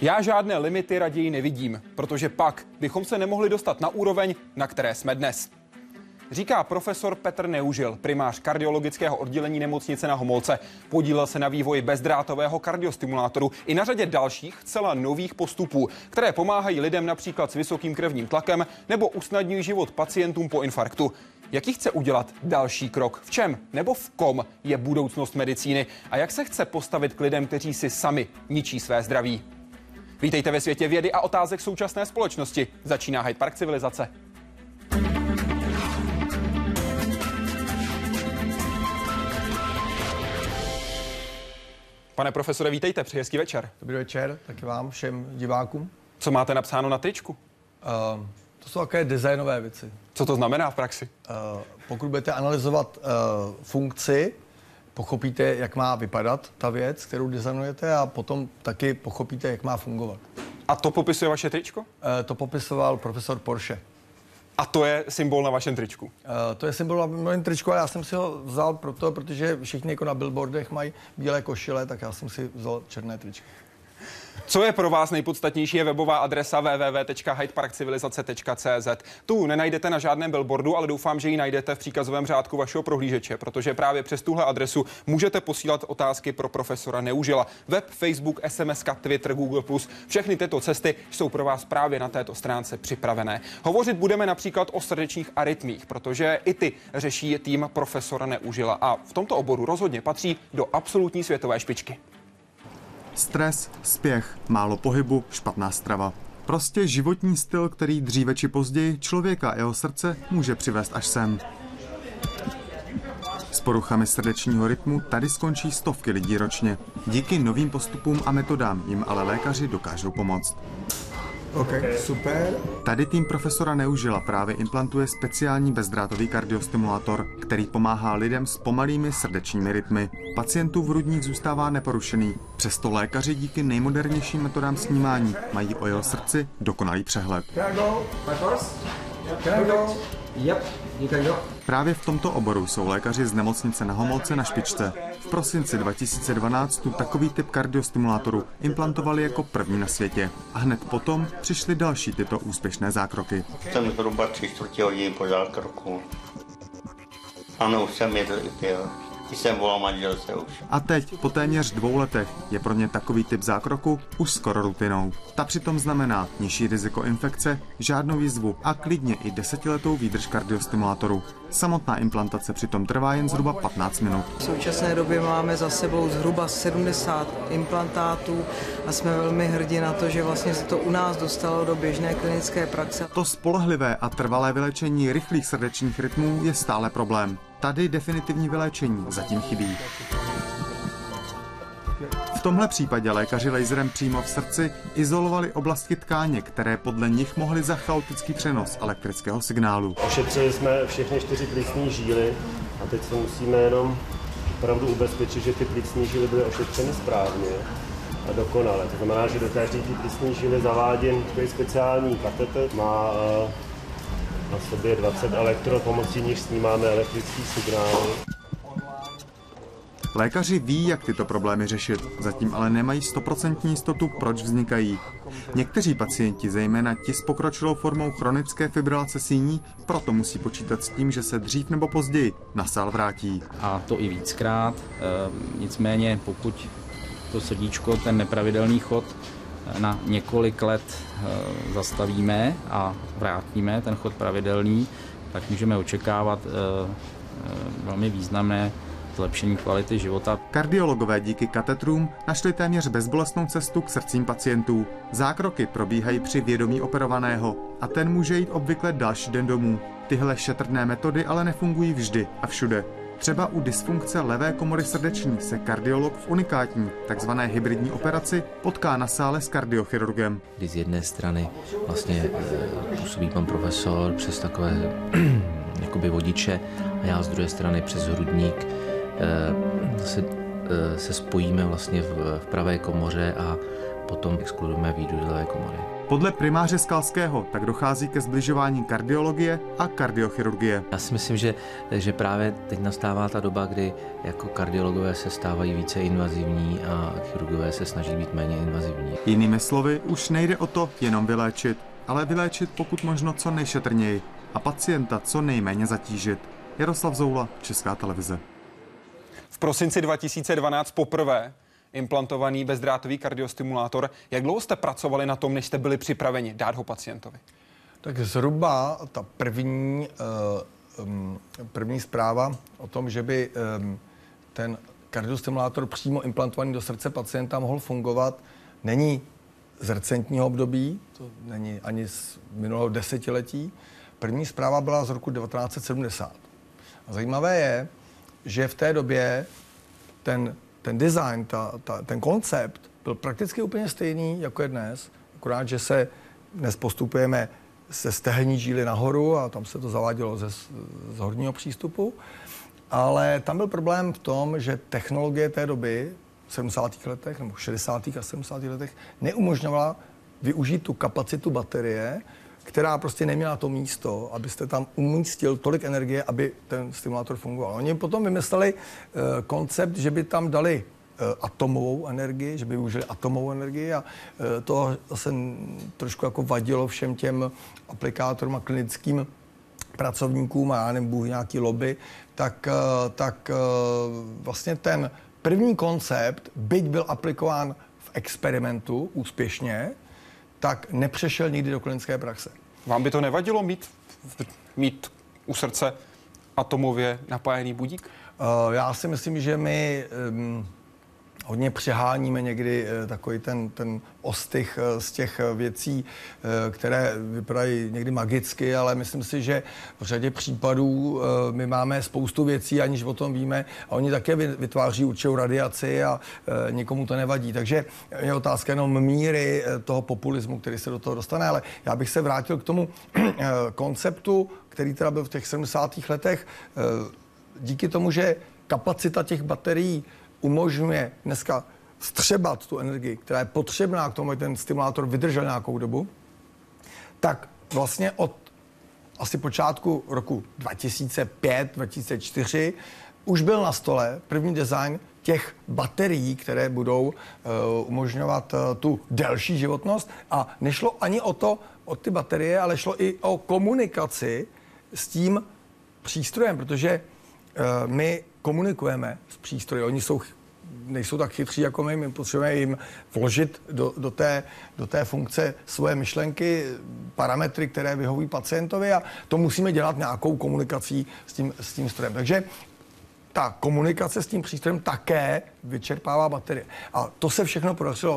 Já žádné limity raději nevidím, protože pak bychom se nemohli dostat na úroveň, na které jsme dnes. Říká profesor Petr Neužil, primář kardiologického oddělení nemocnice Na Homolce. Podílel se na vývoji bezdrátového kardiostimulátoru i na řadě dalších zcela nových postupů, které pomáhají lidem například s vysokým krevním tlakem nebo usnadňují život pacientům po infarktu. Jaký chce udělat další krok? V čem nebo v kom je budoucnost medicíny? A jak se chce postavit k lidem, kteří si sami ničí své zdraví? Vítejte ve světě vědy a otázek současné společnosti. Začíná Hyde Park civilizace. Pane profesore, vítejte, přeji hezký večer. Dobrý večer, taky vám, všem divákům. Co máte napsáno na tričku? To jsou také designové věci. Co to znamená v praxi? Pokud budete analyzovat funkci, pochopíte, jak má vypadat ta věc, kterou designujete, a potom taky pochopíte, jak má fungovat. A to popisuje vaše tričko? To popisoval profesor Porsche. A to je symbol na vašem tričku? To je symbol na mém tričku, a já jsem si ho vzal proto, protože všichni jako na billboardech mají bílé košile, tak já jsem si vzal černé tričko. Co je pro vás nejpodstatnější, je webová adresa www.hydeparkcivilizace.cz. Tu nenajdete na žádném billboardu, ale doufám, že ji najdete v příkazovém řádku vašeho prohlížeče, protože právě přes tuhle adresu můžete posílat otázky pro profesora Neužila. Web, Facebook, SMS, Twitter, Google+, všechny tyto cesty jsou pro vás právě na této stránce připravené. Hovořit budeme například o srdečních arytmích, protože i ty řeší tým profesora Neužila a v tomto oboru rozhodně patří do absolutní světové špičky. Stres, spěch, málo pohybu, špatná strava. Prostě životní styl, který dříve či později člověka a jeho srdce může přivést až sem. S poruchami srdečního rytmu tady skončí stovky lidí ročně. Díky novým postupům a metodám jim ale lékaři dokážou pomoct. Okay, super. Tady tým profesora Neužila právě implantuje speciální bezdrátový kardiostimulátor, který pomáhá lidem s pomalými srdečními rytmy. Pacientův hrudník zůstává neporušený, přesto lékaři díky nejmodernějším metodám snímání mají o jeho srdci dokonalý přehled. Právě v tomto oboru jsou lékaři z nemocnice Na Homolce na špičce. V prosinci 2012 tu takový typ kardiostimulátoru implantovali jako první na světě. A hned potom přišly další tyto úspěšné zákroky. Jsem zhruba 3/4 hodiny po zákroku. Ano, už jsem jedl i pil. Jsem volal manželce už. A teď, po téměř 2 letech, je pro ně takový typ zákroku už skoro rutinou. Ta přitom znamená nižší riziko infekce, žádnou jizvu a klidně i 10letou výdrž kardiostimulátoru. Samotná implantace přitom trvá jen zhruba 15 minut. V současné době máme za sebou zhruba 70 implantátů a jsme velmi hrdí na to, že vlastně se to u nás dostalo do běžné klinické praxe. To spolehlivé a trvalé vylečení rychlých srdečních rytmů je stále problém. Tady definitivní vyléčení zatím chybí. V tomhle případě lékaři laserem přímo v srdci izolovali oblasti tkáně, které podle nich mohly za chaotický přenos elektrického signálu. Ošetřili jsme všechny 4 plicní žíly a teď se musíme jenom opravdu ubezpečit, že ty plicní žíly byly ošetřeny správně a dokonale. To znamená, že do každé té plicní žíly zavádím takový speciální kateter, má na sobě 20 elektrod, pomocí nich snímáme elektrický signály. Lékaři ví, jak tyto problémy řešit, zatím ale nemají 100% jistotu, proč vznikají. Někteří pacienti, zejména ti s pokročilou formou chronické fibrilace síní, proto musí počítat s tím, že se dřív nebo později na sál vrátí. A to i víckrát, nicméně pokud to srdíčko, ten nepravidelný chod na několik let zastavíme a vrátíme ten chod pravidelný, tak můžeme očekávat velmi významné zlepšení kvality života. Kardiologové díky katetrům našli téměř bezbolestnou cestu k srdcím pacientů. Zákroky probíhají při vědomí operovaného a ten může jít obvykle další den domů. Tyhle šetrné metody ale nefungují vždy a všude. Třeba u dysfunkce levé komory srdeční se kardiolog v unikátní, takzvané hybridní operaci potká na sále s kardiochirurgem. Kdy z jedné strany vlastně působí pan profesor přes takové jakoby vodiče a já z druhé strany přes hrudník se spojíme vlastně v pravé komoře a potom exkludujeme výduch do levé komory. Podle primáře Skalského tak dochází ke sbližování kardiologie a kardiochirurgie. Já si myslím, že právě teď nastává ta doba, kdy jako kardiologové se stávají více invazivní a chirurgové se snaží být méně invazivní. Jinými slovy, už nejde o to jenom vyléčit, ale vyléčit pokud možno co nejšetrněji a pacienta co nejméně zatížit. Jaroslav Zoula, Česká televize. V prosinci 2012 poprvé implantovaný bezdrátový kardiostimulátor. Jak dlouho jste pracovali na tom, než jste byli připraveni dát ho pacientovi? Tak zhruba ta první zpráva o tom, že by ten kardiostimulátor přímo implantovaný do srdce pacienta mohl fungovat, není z recentního období, to není ani z minulého desetiletí. První zpráva byla z roku 1970. A zajímavé je, že v té době ten design, ten koncept byl prakticky úplně stejný, jako je dnes. Akorát, že se dnes postupujeme se stehenní žíly nahoru a tam se to zavádělo z horního přístupu. Ale tam byl problém v tom, že technologie té doby, v 70. letech nebo 60. a 70. letech, neumožňovala využít tu kapacitu baterie, která prostě neměla to místo, abyste tam umístil tolik energie, aby ten stimulátor fungoval. Oni potom vymysleli koncept, že by tam dali atomovou energii, že by využili atomovou energii a to zase trošku jako vadilo všem těm aplikátorům a klinickým pracovníkům a já nevím, Bůh nějaký lobby, tak vlastně ten první koncept, byť byl aplikován v experimentu úspěšně, tak nepřešel nikdy do klinické praxe. Vám by to nevadilo mít u srdce atomově napájený budík? Já si myslím, že my hodně přeháníme někdy takový ten ostych z těch věcí, které vypadají někdy magicky, ale myslím si, že v řadě případů my máme spoustu věcí, aniž o tom víme, a oni také vytváří určitou radiaci a nikomu to nevadí. Takže je otázka jenom míry toho populismu, který se do toho dostane, ale já bych se vrátil k tomu konceptu, který teda byl v těch 70. letech. Díky tomu, že kapacita těch baterií umožňuje dneska vstřebat tu energii, která je potřebná k tomu, aby ten stimulátor vydržel nějakou dobu, tak vlastně od asi počátku roku 2005-2004 už byl na stole první design těch baterií, které budou umožňovat tu delší životnost. A nešlo ani o ty baterie, ale šlo i o komunikaci s tím přístrojem, protože my komunikujeme s přístroji. Oni nejsou tak chytří jako my potřebujeme jim vložit do té funkce svoje myšlenky, parametry, které vyhovují pacientovi a to musíme dělat nějakou komunikací s tím strojem. Takže ta komunikace s tím přístrojem také vyčerpává baterie. A to se všechno podařilo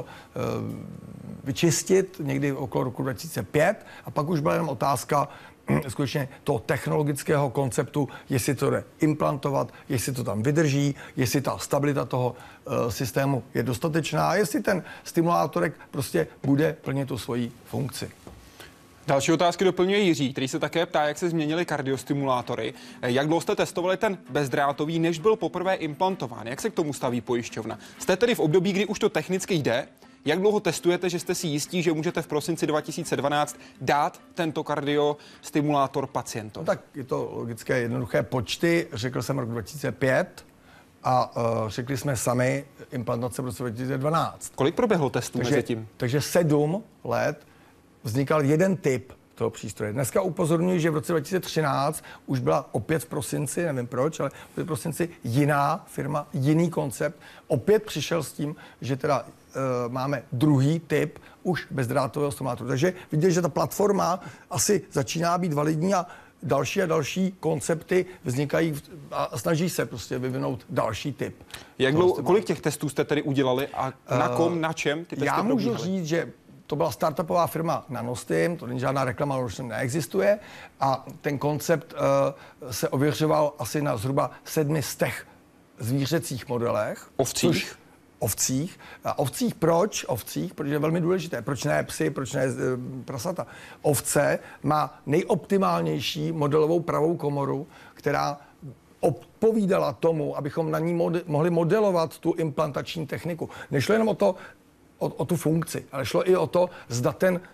vyčistit někdy okolo roku 2005 a pak už byla jenom otázka skutečně toho technologického konceptu, jestli to jde implantovat, jestli to tam vydrží, jestli ta stabilita toho systému je dostatečná a jestli ten stimulátorek prostě bude plnit tu svoji funkci. Další otázky doplňuje Jiří, který se také ptá, jak se změnily kardiostimulátory. Jak dlouho jste testovali ten bezdrátový, než byl poprvé implantován? Jak se k tomu staví pojišťovna? Jste tedy v období, kdy už to technicky jde? Jak dlouho testujete, že jste si jistí, že můžete v prosinci 2012 dát tento kardiostimulátor pacientovi? No tak je to logické, jednoduché počty. Řekl jsem rok 2005 a řekli jsme sami implantace v roce 2012. Kolik proběhlo testů mezi tím? Takže 7 let vznikal jeden typ toho přístroje. Dneska upozorňuji, že v roce 2013 už byla opět v prosinci, nevím proč, ale v prosinci jiná firma, jiný koncept. Opět přišel s tím, že teda máme druhý typ už bezdrátového stimulátoru. Takže vidět, že ta platforma asi začíná být validní a další koncepty vznikají a snaží se prostě vyvinout další typ. Kolik těch testů jste tedy udělali a na kom, na čem ty testy probíhaly? Já můžu říct, že to byla startupová firma Nanostim, to není žádná reklama, už neexistuje a ten koncept se ověřoval asi na zhruba 700 zvířecích modelech. Ovcích. A ovcích proč? Ovcích, protože je velmi důležité. Proč ne psy, proč ne prasata? Ovce má nejoptimálnější modelovou pravou komoru, která odpovídala tomu, abychom na ní mohli modelovat tu implantační techniku. Nešlo jenom o tu funkci, ale šlo i o to, zda ten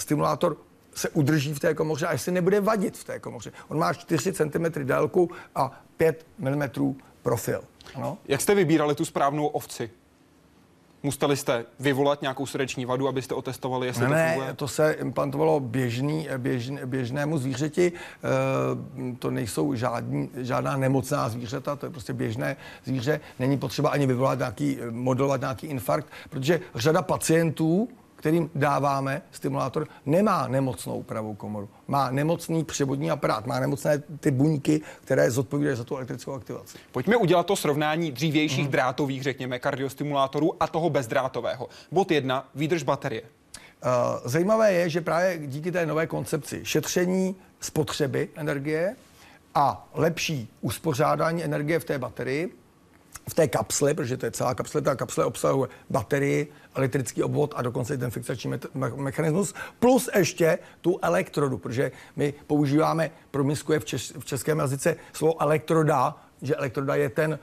stimulátor se udrží v té komoře a jestli nebude vadit v té komoře. On má 4 cm délku a 5 mm profil. Ano? Jak jste vybírali tu správnou ovci? Museli jste vyvolat nějakou srdeční vadu, abyste otestovali, jestli to funguje? Ne, to se implantovalo běžnému zvířeti. To nejsou žádná nemocná zvířata, to je prostě běžné zvíře. Není potřeba ani modelovat nějaký infarkt, protože řada pacientů, kterým dáváme stimulátor, nemá nemocnou pravou komoru. Má nemocný převodní aparát, má nemocné ty buňky, které zodpovídají za tu elektrickou aktivaci. Pojďme udělat to srovnání dřívějších drátových, řekněme, kardiostimulátorů a toho bezdrátového. Bod 1, výdrž baterie. Zajímavé je, že právě díky té nové koncepci šetření spotřeby energie a lepší uspořádání energie v té baterii, v té kapsli, protože to je celá kapsle, ta kapsle obsahuje baterii, elektrický obvod a dokonce i ten fixační mechanismus, plus ještě tu elektrodu, protože my používáme, promiskuje v českém jazyce slovo elektroda, že elektroda je ten,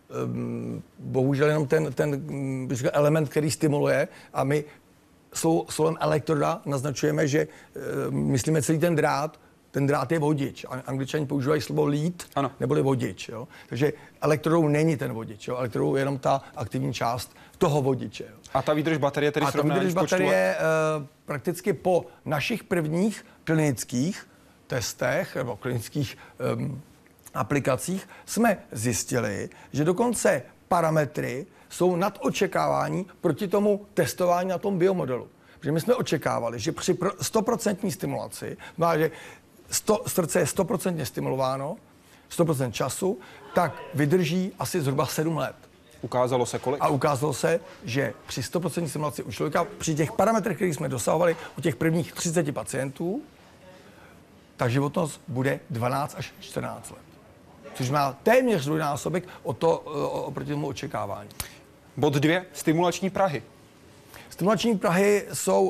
bohužel jenom ten element, který stimuluje a my slovem elektroda naznačujeme, že myslíme celý ten drát. Ten drát je vodič. Angličani používají slovo lead, neboli vodič. Jo? Takže elektrodou není ten vodič. Jo? Elektrodou je jenom ta aktivní část toho vodiče. Jo? A ta výdrž baterie tedy srovnání? A ta výdrž baterie prakticky po našich prvních klinických testech nebo klinických aplikacích jsme zjistili, že dokonce parametry jsou nad očekávání proti tomu testování na tom biomodelu. Protože my jsme očekávali, že při 100% stimulaci, že srdce je 100% stimulováno, 100% času, tak vydrží asi zhruba 7 let. Ukázalo se kolik? A ukázalo se, že při 100% stimulaci u člověka, při těch parametrech, které jsme dosahovali u těch prvních 30 pacientů, ta životnost bude 12 až 14 let. Což má téměř dvojnásobek oproti tomu očekávání. Bod 2. Stimulační prahy. Stimulační prahy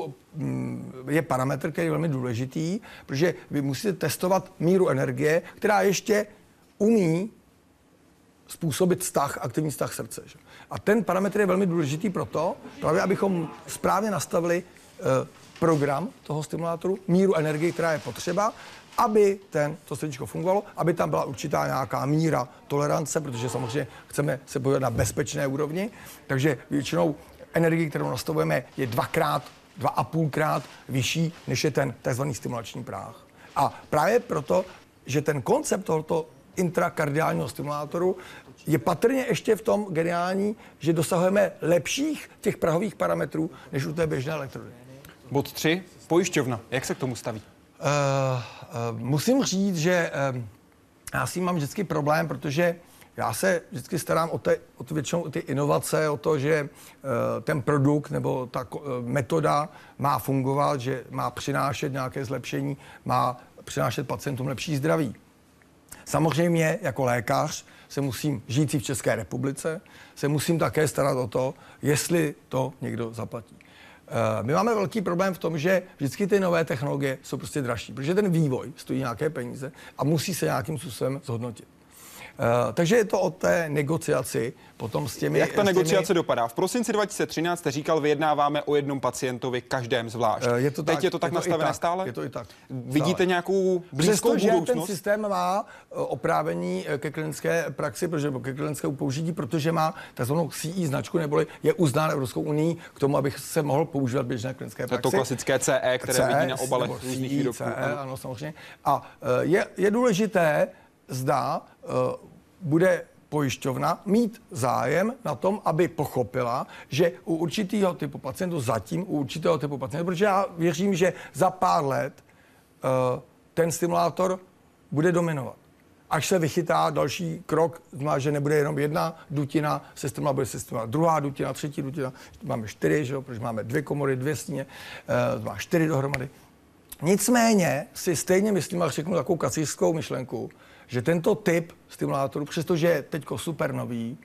je parametr, který je velmi důležitý, protože vy musíte testovat míru energie, která ještě umí způsobit aktivní vztah srdce. Že? A ten parametr je velmi důležitý proto, právě abychom správně nastavili program toho stimulátoru, míru energie, která je potřeba, aby to srdíčko fungovalo, aby tam byla určitá nějaká míra tolerance, protože samozřejmě chceme se pohybovat na bezpečné úrovni, takže většinou energie, kterou nastavujeme, je 2,5krát vyšší, než je ten tzv. Stimulační práh. A právě proto, že ten koncept tohoto intrakardiálního stimulátoru je patrně ještě v tom geniální, že dosahujeme lepších těch prahových parametrů, než u té běžné elektrody. Bod 3. Pojišťovna. Jak se k tomu staví? Musím říct, že já s tím mám vždycky problém, protože já se vždycky starám o ty inovace, o to, že ten produkt nebo ta metoda má fungovat, že má přinášet nějaké zlepšení, má přinášet pacientům lepší zdraví. Samozřejmě jako lékař se musím, žijící v České republice, se musím také starat o to, jestli to někdo zaplatí. My máme velký problém v tom, že vždycky ty nové technologie jsou prostě dražší, protože ten vývoj stojí nějaké peníze a musí se nějakým způsobem zhodnotit. Takže je to o té negociaci potom s těmi... Jak ta negociace dopadá? V prosinci 2013 jste říkal, vyjednáváme o jednom pacientovi každém zvlášť. Teď je to tak nastavené stále? Je to i tak. Vidíte nějakou blízkou budoucnost? Ten systém má oprávnění ke klinické praxi, ke klinickému použití, protože má takzvanou CE značku, neboli je uznán Evropskou unii k tomu, aby se mohl používat běžné klinické praxi. To klasické CE, které vidí na obalech různých výrobků. Ano, samozřejmě. A je důležité, zda bude pojišťovna mít zájem na tom, aby pochopila, že u určitého typu pacientů, protože já věřím, že za pár let ten stimulátor bude dominovat. Až se vychytá další krok, znamená, že nebude jenom jedna dutina se stimulovat, bude se stimulovat druhá dutina, třetí dutina, máme 4, že jo, protože máme 2 komory, 2 stíně, má 4 dohromady. Nicméně si stejně myslím, a řeknu takovou kacířskou myšlenku, že tento typ stimulátoru, přestože je teďko super nový,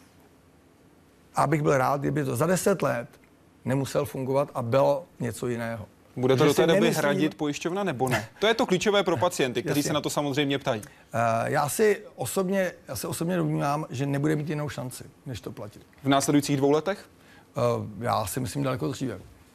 abych byl rád, kdyby to za 10 let nemusel fungovat a bylo něco jiného. Bude to do té doby hradit pojišťovna nebo ne? To je to klíčové pro pacienty, kteří se na to samozřejmě ptají. Já se osobně domnívám, že nebude mít jinou šanci, než to platit. V následujících 2 letech? Já si myslím daleko dříve.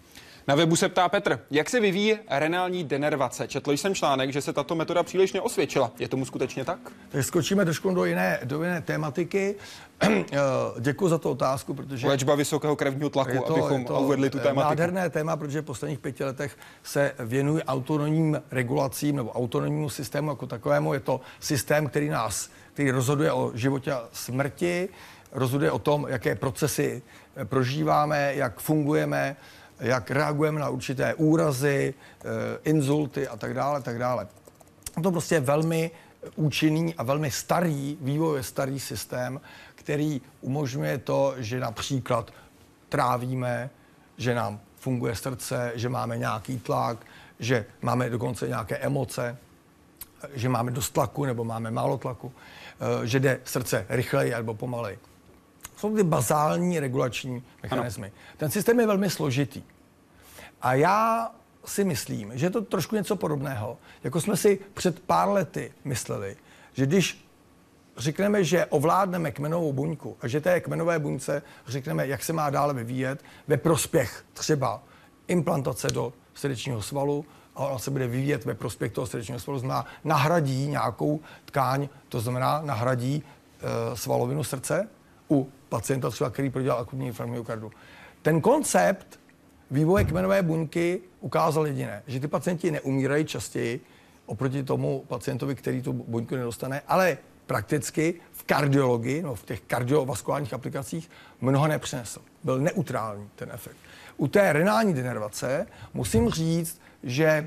Na webu se ptá Petr, jak se vyvíjí renální denervace. Četl jsem článek, že se tato metoda příliš neosvědčila. Je tomu skutečně tak? Tak skočíme trošku do jiné tématiky. Děkuji za tu otázku, protože... Léčba vysokého krevního tlaku, abychom uvedli tu tématiku. Nádherné téma, protože v posledních 5 letech se věnují autonomním regulacím nebo autonomnímu systému jako takovému. Je to systém, který rozhoduje o životě a smrti, rozhoduje o tom, jaké procesy prožíváme, jak fungujeme, jak reagujeme na určité úrazy, insulty a tak dále, tak dále. To prostě je velmi účinný a velmi starý, vývojově starý systém, který umožňuje to, že například trávíme, že nám funguje srdce, že máme nějaký tlak, že máme dokonce nějaké emoce, že máme dost tlaku nebo máme málo tlaku, že jde srdce rychleji nebo pomaleji. Jsou ty bazální regulační mechanismy. Ano. Ten systém je velmi složitý. A já si myslím, že je to trošku něco podobného, jako jsme si před pár lety mysleli, že když řekneme, že ovládneme kmenovou buňku a že té kmenové buňce řekneme, jak se má dále vyvíjet ve prospěch třeba implantace do srdečního svalu a ona se bude vyvíjet ve prospěch toho srdečního svalu, znamená nahradí nějakou tkáň, to znamená nahradí svalovinu srdce u pacienta třeba, který prodělal akutní infarkt myokardu. Ten koncept vývoje kmenové buňky ukázal jediné, že ty pacienti neumírají častěji oproti tomu pacientovi, který tu buňku nedostane, ale prakticky v kardiologii, no v těch kardiovaskulárních aplikacích mnoho nepřinesl. Byl neutrální ten efekt. U té renální denervace musím říct, že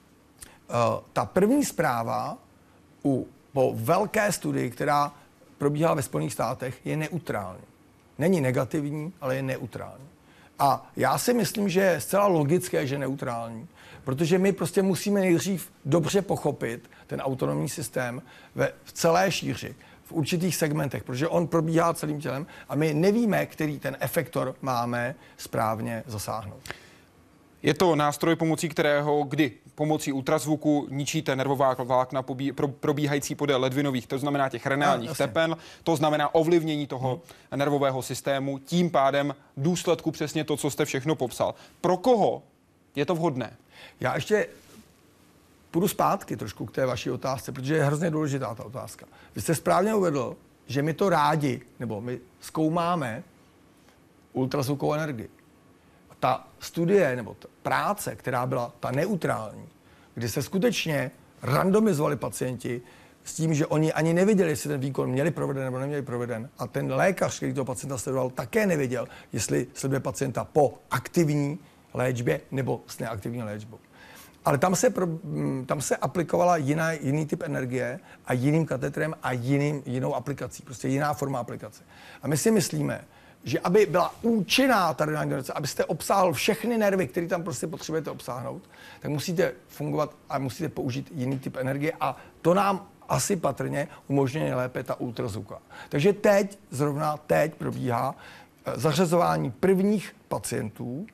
ta první zpráva po velké studii, která probíhala ve Spojených státech, je neutrální. Není negativní, ale je neutrální. A já si myslím, že je zcela logické, že neutrální, protože my prostě musíme nejdřív dobře pochopit ten autonomní systém v celé šíři, v určitých segmentech, protože on probíhá celým tělem a my nevíme, který ten efektor máme správně zasáhnout. Je to nástroj, pomocí kterého, kdy pomocí ultrazvuku ničíte nervová vlákna probíhající podél ledvinových, to znamená těch renálních tepen, to znamená ovlivnění toho nervového systému, tím pádem důsledku přesně to, co jste všechno popsal. Pro koho je to vhodné? Já ještě půjdu zpátky trošku k té vaší otázce, protože je hrozně důležitá ta otázka. Vy jste správně uvedl, že my to rádi, nebo my zkoumáme ultrazvukovou energii. Ta studie nebo ta práce, která byla ta neutrální, kdy se skutečně randomizovali pacienti s tím, že oni ani nevěděli, jestli ten výkon měli proveden nebo neměli proveden. A ten lékař, který toho pacienta sledoval, také nevěděl, jestli sleduje pacienta po aktivní léčbě nebo s neaktivní léčbou. Ale tam se aplikovala jiný typ energie a jiným katetrem a jinou aplikací. Prostě jiná forma aplikace. A my si myslíme, že aby byla účinná ta renální denervace, abyste obsáhl všechny nervy, které tam prostě potřebujete obsáhnout, tak musíte fungovat a musíte použít jiný typ energie a to nám asi patrně umožňuje nejlépe ta ultrazvuka. Takže zrovna teď probíhá zařazování prvních pacientů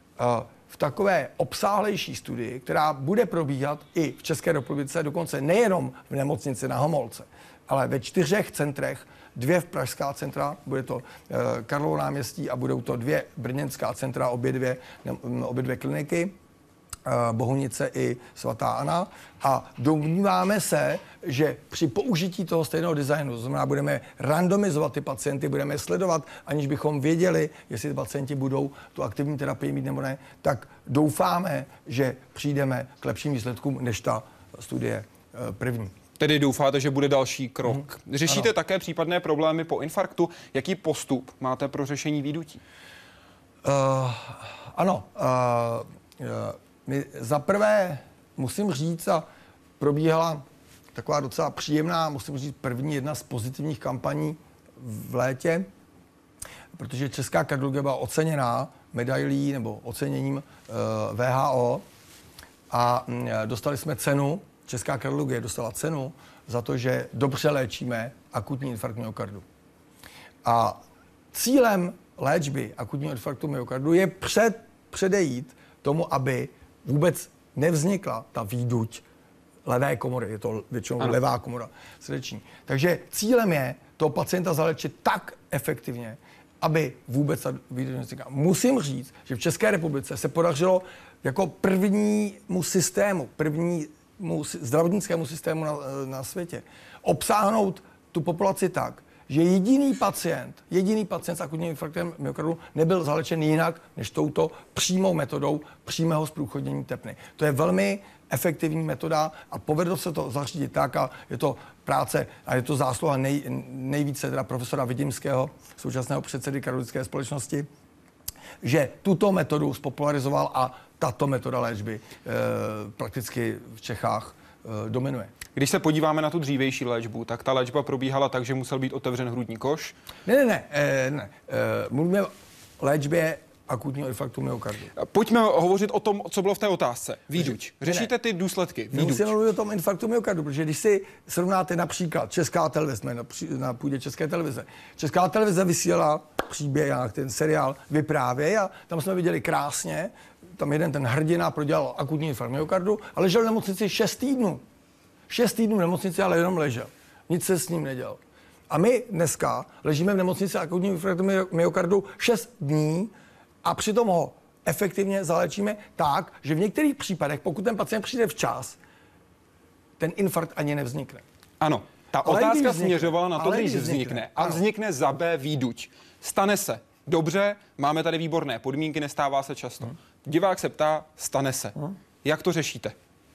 v takové obsáhlejší studii, která bude probíhat i v České republice, dokonce nejenom v nemocnici na Homolce, ale ve 4 centrech, 2 pražská centra, bude to Karlovo náměstí a budou to 2 brněnská centra, obě dvě kliniky, Bohunice i Svatá Anna. A domníváme se, že při použití toho stejného designu, to znamená, budeme randomizovat ty pacienty, budeme sledovat, aniž bychom věděli, jestli ty pacienti budou tu aktivní terapii mít nebo ne, tak doufáme, že přijdeme k lepším výsledkům než ta studie první. Tedy doufáte, že bude další krok. Řešíte také případné problémy po infarktu? Jaký postup máte pro řešení výdutí? My zaprvé musím říct, a probíhala taková docela příjemná, musím říct, jedna z pozitivních kampaní v létě, protože česká kardiologie byla oceněná medailí nebo oceněním WHO a dostali jsme cenu, česká kardiologie dostala cenu za to, že dobře léčíme akutní infarkt myokardu. A cílem léčby akutního infarktu myokardu je předejít tomu, aby vůbec nevznikla ta výduť levé komory, je to většinou levá komora srdeční. Takže cílem je toho pacienta zaléčit tak efektivně, aby vůbec ta výdrž vznikla. Musím říct, že v České republice se podařilo jako prvnímu zdravotnickému systému na světě obsáhnout tu populaci tak, že jediný pacient s akutním infarktem myokardu nebyl zalečen jinak než touto přímou metodou přímého zprůchodnění tepny. To je velmi efektivní metoda a povedlo se to zařídit tak a je to práce a je to zásluha nejvíce teda profesora Vidimského, současného předsedy kardiologické společnosti, že tuto metodu spopularizoval a tato metoda léčby prakticky v Čechách dominuje. Když se podíváme na tu dřívější léčbu, tak ta léčba probíhala tak, že musel být otevřen hrudní koš? Ne. Mluvíme o léčbě akutního infarktu myokardu. Pojďme hovořit o tom, co bylo v té otázce. Výduč. Řešíte ty důsledky? Nemusíme mluvit o tom infarktu myokardu, protože když si srovnáte například Česká televize, jsme na půdě České televize. Česká televize vysílala příběh, ten seriál Vyprávěj a tam jsme viděli krásně, tam jeden ten hrdina prodělal akutní infarkt myokardu a ležel v nemocnici 6 týdnů. 6 týdnů v nemocnici, ale jenom ležel. Nic se s ním nedělal. A my dneska ležíme v nemocnici akutním infarktu myokardu 6 dní a přitom ho efektivně zaléčíme tak, že v některých případech, pokud ten pacient přijde včas, ten infarkt ani nevznikne. Ano, ta otázka směřovala na to, když vznikne. A vznikne za B výduť. Stane se. Dobře, máme tady výborné podmínky, nestává se často. Divák se ptá, stane se. Jak to řešíte?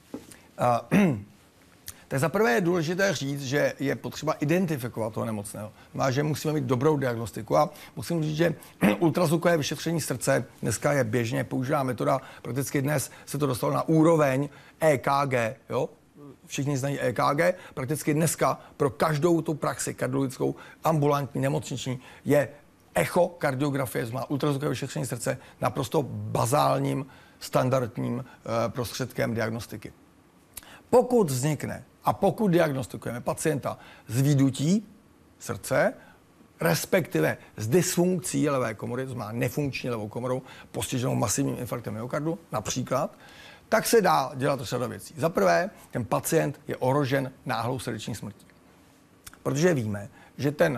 Tak zaprvé je důležité říct, že je potřeba identifikovat toho nemocného. Že musíme mít dobrou diagnostiku a musím říct, že ultrazvukové vyšetření srdce dneska je běžně používá metoda, prakticky dnes se to dostalo na úroveň EKG, jo? Všichni znají EKG, prakticky dneska pro každou tu praxi kardiologickou, ambulantní, nemocniční je echokardiografie, znamená ultrazvukové vyšetření srdce naprosto bazálním, standardním prostředkem diagnostiky. Pokud vznikne a pokud diagnostikujeme pacienta s výdutí srdce, respektive s dysfunkcí levé komory, to znamená nefunkční levou komorou, postiženou masivním infarktem myokardu například, tak se dá dělat řada věcí. Za prvé, ten pacient je ohrožen náhlou srdeční smrtí. Protože víme, že ten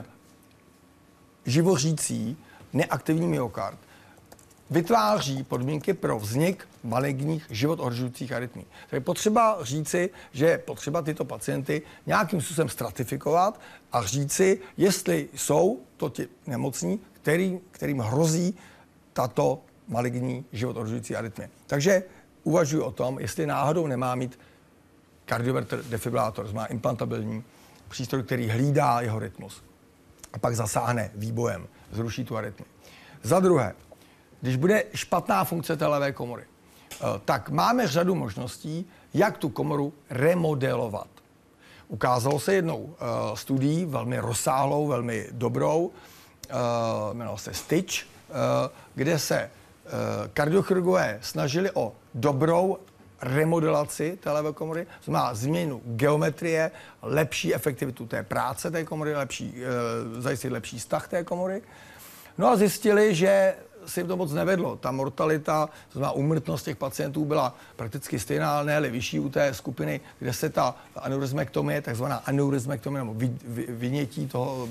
živořící neaktivní myokard vytváří podmínky pro vznik maligních život ohrožujících arytmí. Tak je potřeba říci, že je potřeba tyto pacienty nějakým způsobem stratifikovat a říci, jestli jsou to ti nemocní, kterým hrozí tato maligní život ohrožující arytmie. Takže uvažuji o tom, jestli náhodou nemá mít kardioverter defibrilátor, znamená implantabilní přístroj, který hlídá jeho rytmus a pak zasáhne výbojem, zruší tu arytmii. Za druhé, když bude špatná funkce té levé komory, tak máme řadu možností, jak tu komoru remodelovat. Ukázalo se jednou studií, velmi rozsáhlou, velmi dobrou, jmenovala se Stitch, kde se kardiochirurgové snažili o dobrou remodelaci té levé komory, to znamená změnu geometrie, lepší efektivitu té práce té komory, zajistit lepší vztah té komory. No a zjistili, že se jim to moc nevedlo. Ta mortalita, to znamená úmrtnost těch pacientů byla prakticky stejná, ne-li vyšší u té skupiny, kde se ta aneurizmektomie, takzvaná aneurizmektomie, nebo vynětí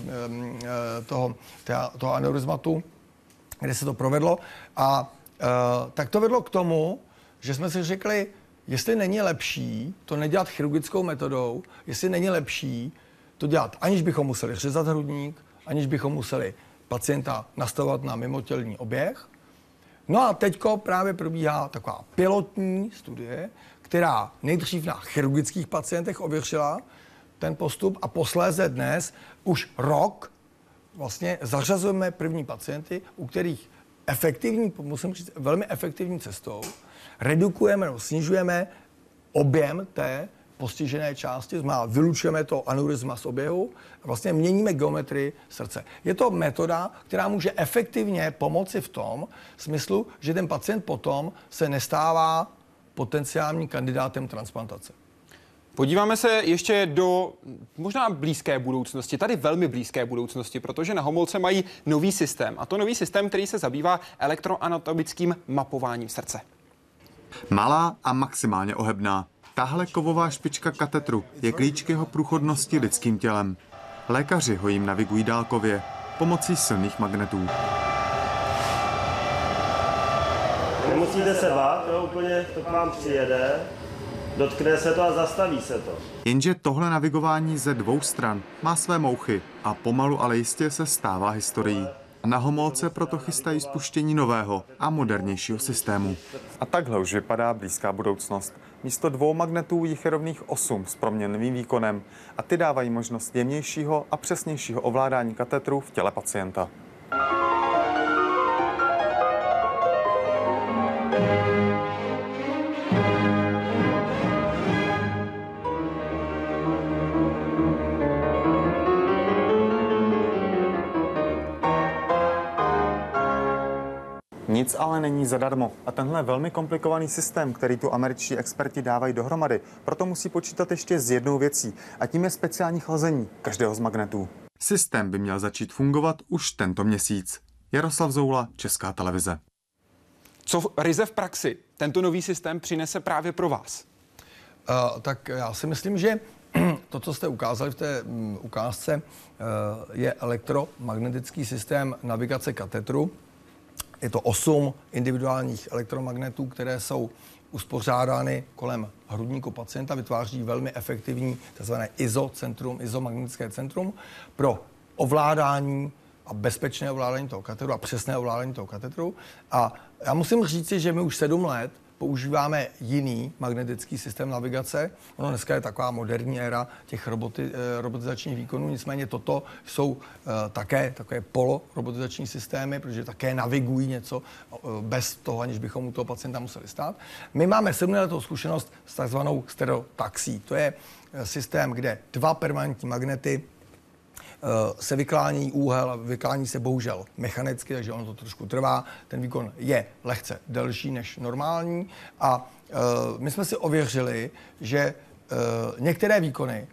toho aneurizmatu, kde se to provedlo. A tak to vedlo k tomu, že jsme si řekli, jestli není lepší to nedělat chirurgickou metodou, jestli není lepší to dělat, aniž bychom museli řezat hrudník, aniž bychom museli pacienta nastavovat na mimotělní oběh. No a teďko právě probíhá taková pilotní studie, která nejdřív na chirurgických pacientech ověřila ten postup a posléze dnes už rok vlastně zařazujeme první pacienty, u kterých musím říct, velmi efektivní cestou redukujeme nebo snižujeme objem té postižené části, znamená vylučujeme to aneurizma z oběhu a vlastně měníme geometrii srdce. Je to metoda, která může efektivně pomoci v tom smyslu, že ten pacient potom se nestává potenciálním kandidátem transplantace. Podíváme se ještě do možná blízké budoucnosti, tady velmi blízké budoucnosti, protože na Homolce mají nový systém. A to nový systém, který se zabývá elektroanatomickým mapováním srdce. Malá a maximálně ohebná. Tahle kovová špička katetru je klíč k jeho průchodnosti lidským tělem. Lékaři ho jim navigují dálkově. pomocí silných magnetů. Nemusíte se bát, jo, úplně to k vám přijede, dotkne se to a zastaví se to. Jenže tohle navigování ze dvou stran má své mouchy a pomalu, ale jistě se stává historií. Na Homolce proto chystají spuštění nového a modernějšího systému. A takhle už vypadá blízká budoucnost. Místo 2 magnetů jich je rovných 8 s proměnlivým výkonem a ty dávají možnost jemnějšího a přesnějšího ovládání katetru v těle pacienta. Nic ale není zadarmo a tenhle velmi komplikovaný systém, který tu američtí experti dávají dohromady, proto musí počítat ještě s jednou věcí a tím je speciální chlazení každého z magnetů. Systém by měl začít fungovat už tento měsíc. Jaroslav Zoula, Česká televize. Co ryze v praxi tento nový systém přinese právě pro vás? Tak já si myslím, že to, co jste ukázali v té ukázce, je elektromagnetický systém navigace katetru. Je to 8 individuálních elektromagnetů, které jsou uspořádány kolem hrudníku pacienta, vytváří velmi efektivní tzv. ISO-centrum, izomagnetické centrum pro ovládání a bezpečné ovládání toho katetru a přesné ovládání toho katetru. A já musím říci, že my už 7 let používáme jiný magnetický systém navigace. Ono dneska je taková moderní éra těch robotizačních výkonů, nicméně toto jsou také takové polorobotizační systémy, protože také navigují něco bez toho, aniž bychom u toho pacienta museli stát. My máme 7letou zkušenost s takzvanou stereotaxí. To je systém, kde 2 permanentní magnety se vyklání úhel a vyklání se bohužel mechanicky, takže ono to trošku trvá. Ten výkon je lehce delší než normální a my jsme si ověřili, že některé výkony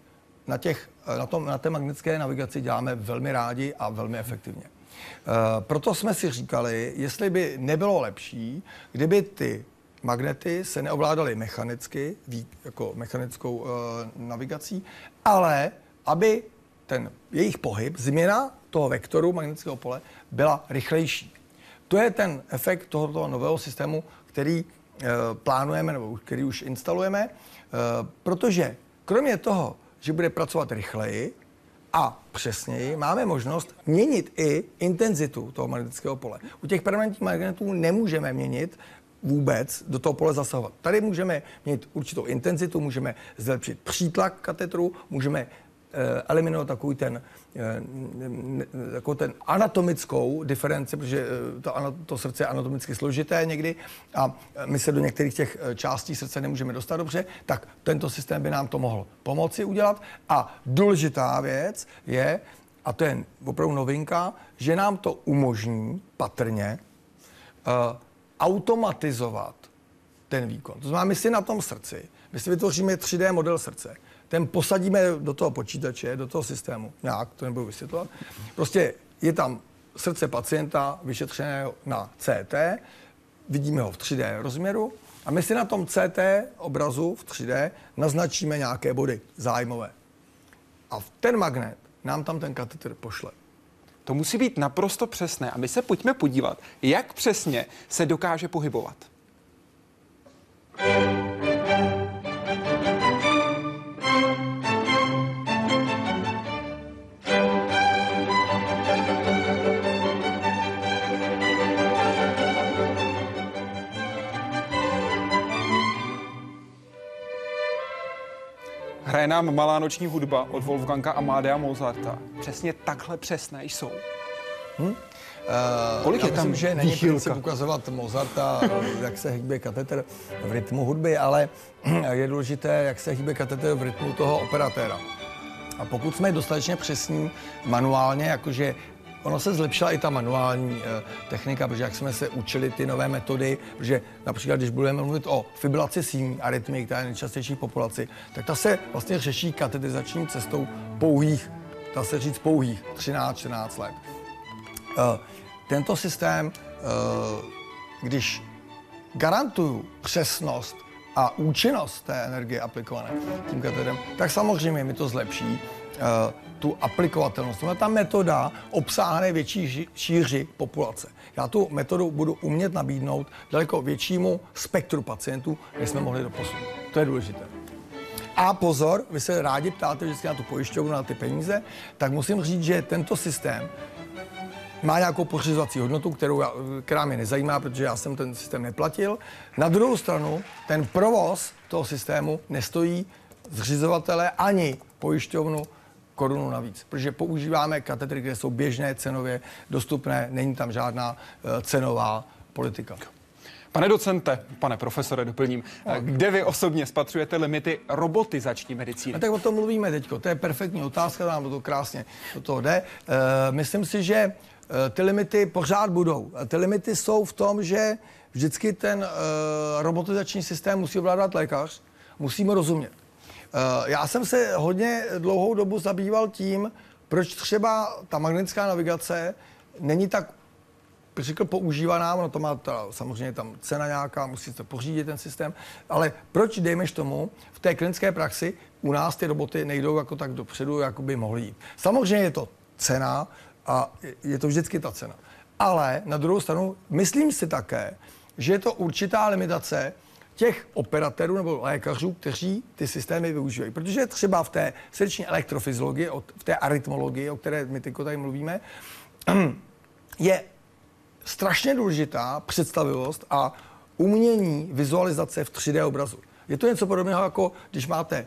na té magnetické navigaci děláme velmi rádi a velmi efektivně. Proto jsme si říkali, jestli by nebylo lepší, kdyby ty magnety se neovládaly mechanicky, jako mechanickou navigací, ale aby ten jejich pohyb, změna toho vektoru magnetického pole byla rychlejší. To je ten efekt tohoto nového systému, který plánujeme nebo který už instalujeme, protože kromě toho, že bude pracovat rychleji a přesněji, máme možnost měnit i intenzitu toho magnetického pole. U těch permanentních magnetů nemůžeme měnit vůbec do toho pole zasahovat. Tady můžeme měnit určitou intenzitu, můžeme zlepšit přítlak katetru, můžeme eliminovat takový ten anatomickou diferenci, protože to srdce je anatomicky složité někdy a my se do některých těch částí srdce nemůžeme dostat dobře, tak tento systém by nám to mohl pomoci udělat. A důležitá věc je, a to je opravdu novinka, že nám to umožní patrně automatizovat ten výkon. To znamená, my si na tom srdci, my si vytvoříme 3D model srdce, ten posadíme do toho počítače, do toho systému, nějak, to nebudu vysvětlovat. Prostě je tam srdce pacienta vyšetřeného na CT, vidíme ho v 3D rozměru a my si na tom CT obrazu v 3D naznačíme nějaké body zájmové. A ten magnet nám tam ten katetr pošle. To musí být naprosto přesné a my se pojďme podívat, jak přesně se dokáže pohybovat. Hraje nám malá noční hudba od Wolfganga Amadea Mozarta. Přesně takhle přesné jsou. Kolik je tam myslím, že není princip ukazovat Mozarta, jak se hýbe katetr v rytmu hudby, ale je důležité, jak se hýbe katetr v rytmu toho operatéra. A pokud jsme dostatečně přesní manuálně, jakože ono se zlepšila i ta manuální technika, protože jak jsme se učili ty nové metody, protože například, když budeme mluvit o fibrilaci síní arytmii, která je nejčastější v populaci, tak ta se vlastně řeší katetrizační cestou pouhých 13-14 let. Tento systém, když garantuju přesnost a účinnost té energie aplikované tím katedrem, tak samozřejmě mi to zlepší tu aplikovatelnost. Ta metoda obsáhne větší šíři populace. Já tu metodu budu umět nabídnout daleko většímu spektru pacientů, než jsme mohli doposud. To je důležité. A pozor, vy se rádi ptáte vždycky na tu pojišťovnu, na ty peníze, tak musím říct, že tento systém má nějakou pořizovací hodnotu, která mě nezajímá, protože já jsem ten systém neplatil. Na druhou stranu, ten provoz toho systému nestojí zřizovatele ani pojišťovnu korunu navíc, protože používáme katedry, které jsou běžné, cenově dostupné, není tam žádná cenová politika. Pane docente, pane profesore, doplním, kde vy osobně spatřujete limity robotizační medicíny? A tak o tom mluvíme teďko, to je perfektní otázka, nám to krásně do toho jde. Myslím si, že ty limity pořád budou. Ty limity jsou v tom, že vždycky ten robotizační systém musí ovládat lékař, musíme rozumět. Já jsem se hodně dlouhou dobu zabýval tím, proč třeba ta magnetická navigace není tak řekl používaná, ono to má samozřejmě tam cena nějaká, musíte pořídit ten systém, ale proč, dejme tomu, v té klinické praxi u nás ty roboty nejdou jako tak dopředu, jako by mohly jít. Samozřejmě je to cena a je to vždycky ta cena. Ale na druhou stranu myslím si také, že je to určitá limitace těch operatérů nebo lékařů, kteří ty systémy využívají. Protože třeba v té srdeční elektrofyziologii, v té arytmologii, o které my tady mluvíme, je strašně důležitá představivost a umění vizualizace v 3D obrazu. Je to něco podobného, jako když máte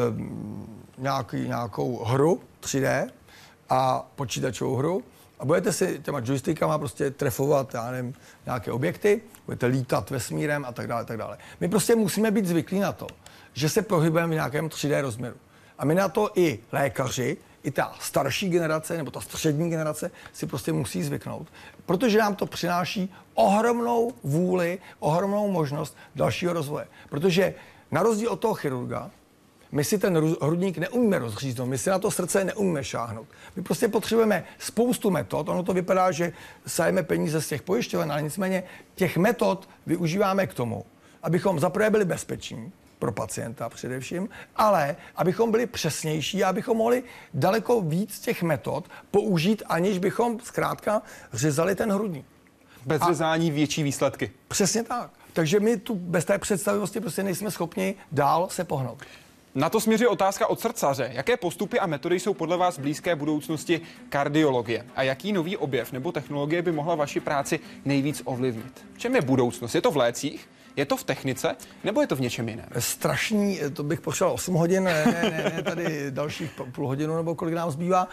nějakou hru 3D a počítačovou hru a budete si těma joystickama prostě trefovat, já nevím, nějaké objekty, budete lítat vesmírem a tak dále, tak dále. My prostě musíme být zvyklí na to, že se pohybujeme v nějakém 3D rozměru. A my na to i lékaři, i ta starší generace nebo ta střední generace si prostě musí zvyknout, protože nám to přináší ohromnou vůli, ohromnou možnost dalšího rozvoje. Protože na rozdíl od toho chirurga, my si ten hrudník neumíme rozříznout, my si na to srdce neumíme šáhnout. My prostě potřebujeme spoustu metod, ono to vypadá, že sajeme peníze z těch pojišťoven, ale nicméně těch metod využíváme k tomu, abychom zaprvé byli bezpeční, pro pacienta především, ale abychom byli přesnější a abychom mohli daleko víc těch metod použít, aniž bychom zkrátka řezali ten hrudník. Bez řezání větší výsledky. Přesně tak. Takže my tu bez té představivosti prostě nejsme schopni dál se pohnout. Na to směří otázka od srdcaře. Jaké postupy a metody jsou podle vás blízké budoucnosti kardiologie? A jaký nový objev nebo technologie by mohla vaši práci nejvíc ovlivnit? V čem je budoucnost? Je to v lécích? Je to v technice? Nebo je to v něčem jiném? Strašný, to bych potřeboval 8 hodin, ne tady dalších půl hodinu, nebo kolik nám zbývá.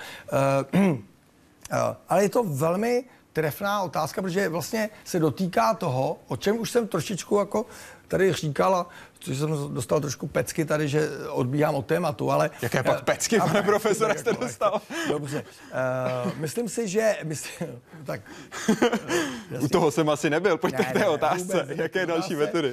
Ale je to velmi trefná otázka, protože vlastně se dotýká toho, o čem už jsem trošičku jako tady říkal, což jsem dostal trošku pecky tady, že odbíhám od tématu, ale... Jaké pak pecky, pane profesore, jste dostal? Dobře. Myslím si, že... tak, u toho jsem asi nebyl, pojďte k té otázce. Vůbec, jaké další metody?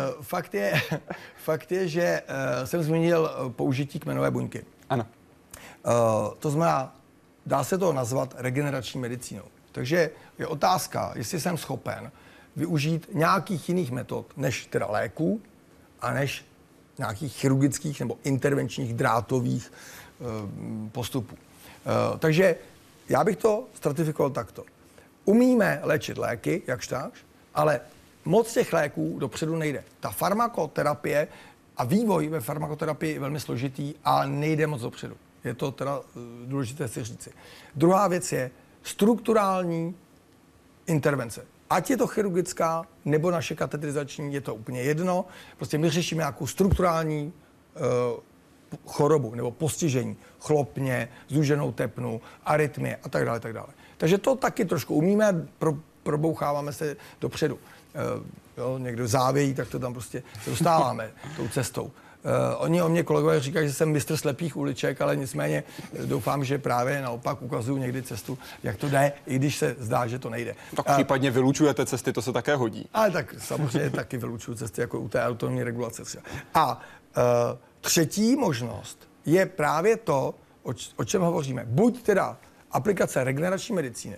Fakt je, že jsem zmínil použití kmenové buňky. Ano. To znamená, dá se to nazvat regenerační medicínou. Takže je otázka, jestli jsem schopen využít nějakých jiných metod, než teda léků a než nějakých chirurgických nebo intervenčních drátových postupů. Takže já bych to stratifikoval takto. Umíme léčit léky, jakž tak, ale moc těch léků dopředu nejde. Ta farmakoterapie a vývoj ve farmakoterapii je velmi složitý a nejde moc dopředu. Je to teda důležité si říci. Druhá věc je strukturální intervence. Ať je to chirurgická nebo naše katetrizační, je to úplně jedno. Prostě my řešíme nějakou strukturální chorobu nebo postižení, chlopně, zúženou tepnu, arytmie a tak dále, tak dále. Takže to taky trošku umíme, proboucháváme se dopředu. Někdo závějí, tak to tam prostě se dostáváme tou cestou. Oni o mě kolegové říkají, že jsem mistr slepých uliček, ale nicméně doufám, že právě naopak ukazuju někdy cestu, jak to jde, i když se zdá, že to nejde. Tak případně vylučujete cesty, to se také hodí. Ale tak samozřejmě taky vylučuju cesty, jako u té autonomní regulace třeba. A třetí možnost je právě to, o čem hovoříme. Buď teda aplikace regenerační medicíny,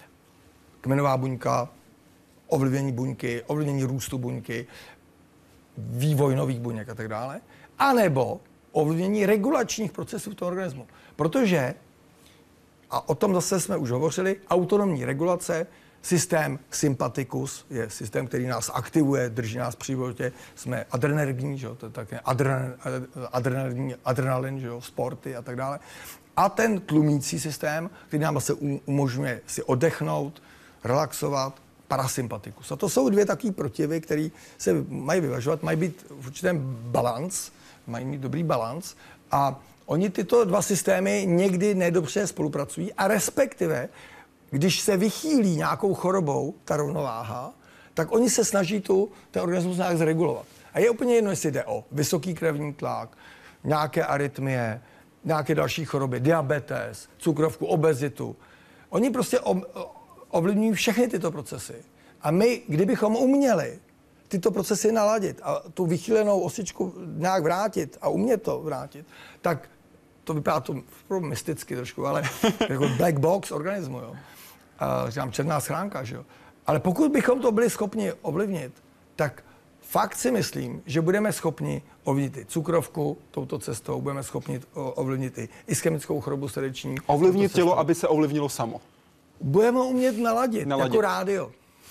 kmenová buňka, ovlivnění buňky, ovlivnění růstu buňky, vývoj nových buněk a tak dále, anebo ovlivnění regulačních procesů v tom organismu. Protože, a o tom zase jsme už hovořili, autonomní regulace, systém sympaticus je systém, který nás aktivuje, drží nás při životě, jsme adrenergní, že jo, to je také adrenalin, že jo, sporty a tak dále. A ten tlumící systém, který nám zase umožňuje si oddechnout, relaxovat, parasympatikus. A to jsou dvě takové protivy, které se mají vyvažovat, mají být v určitém balans, mají mít dobrý balans a oni tyto dva systémy někdy nedobře spolupracují a respektive, když se vychýlí nějakou chorobou ta rovnováha, tak oni se snaží ten organismus nějak zregulovat. A je úplně jedno, jestli jde o vysoký krevní tlak, nějaké arytmie, nějaké další choroby, diabetes, cukrovku, obezitu. Oni prostě ovlivňují všechny tyto procesy. A my, kdybychom uměli tyto procesy naladit a tu vychýlenou osičku nějak vrátit a umět to vrátit, tak to vypadá to mysticky trošku, ale jako black box organismu, jo. Říkám, černá schránka, že jo. Ale pokud bychom to byli schopni ovlivnit, tak fakt si myslím, že budeme schopni ovlivnit i cukrovku touto cestou, budeme schopni ovlivnit i ischemickou chorobu srdeční. Ovlivnit tělo, aby se ovlivnilo samo. Budeme umět naladit. Jako rádio.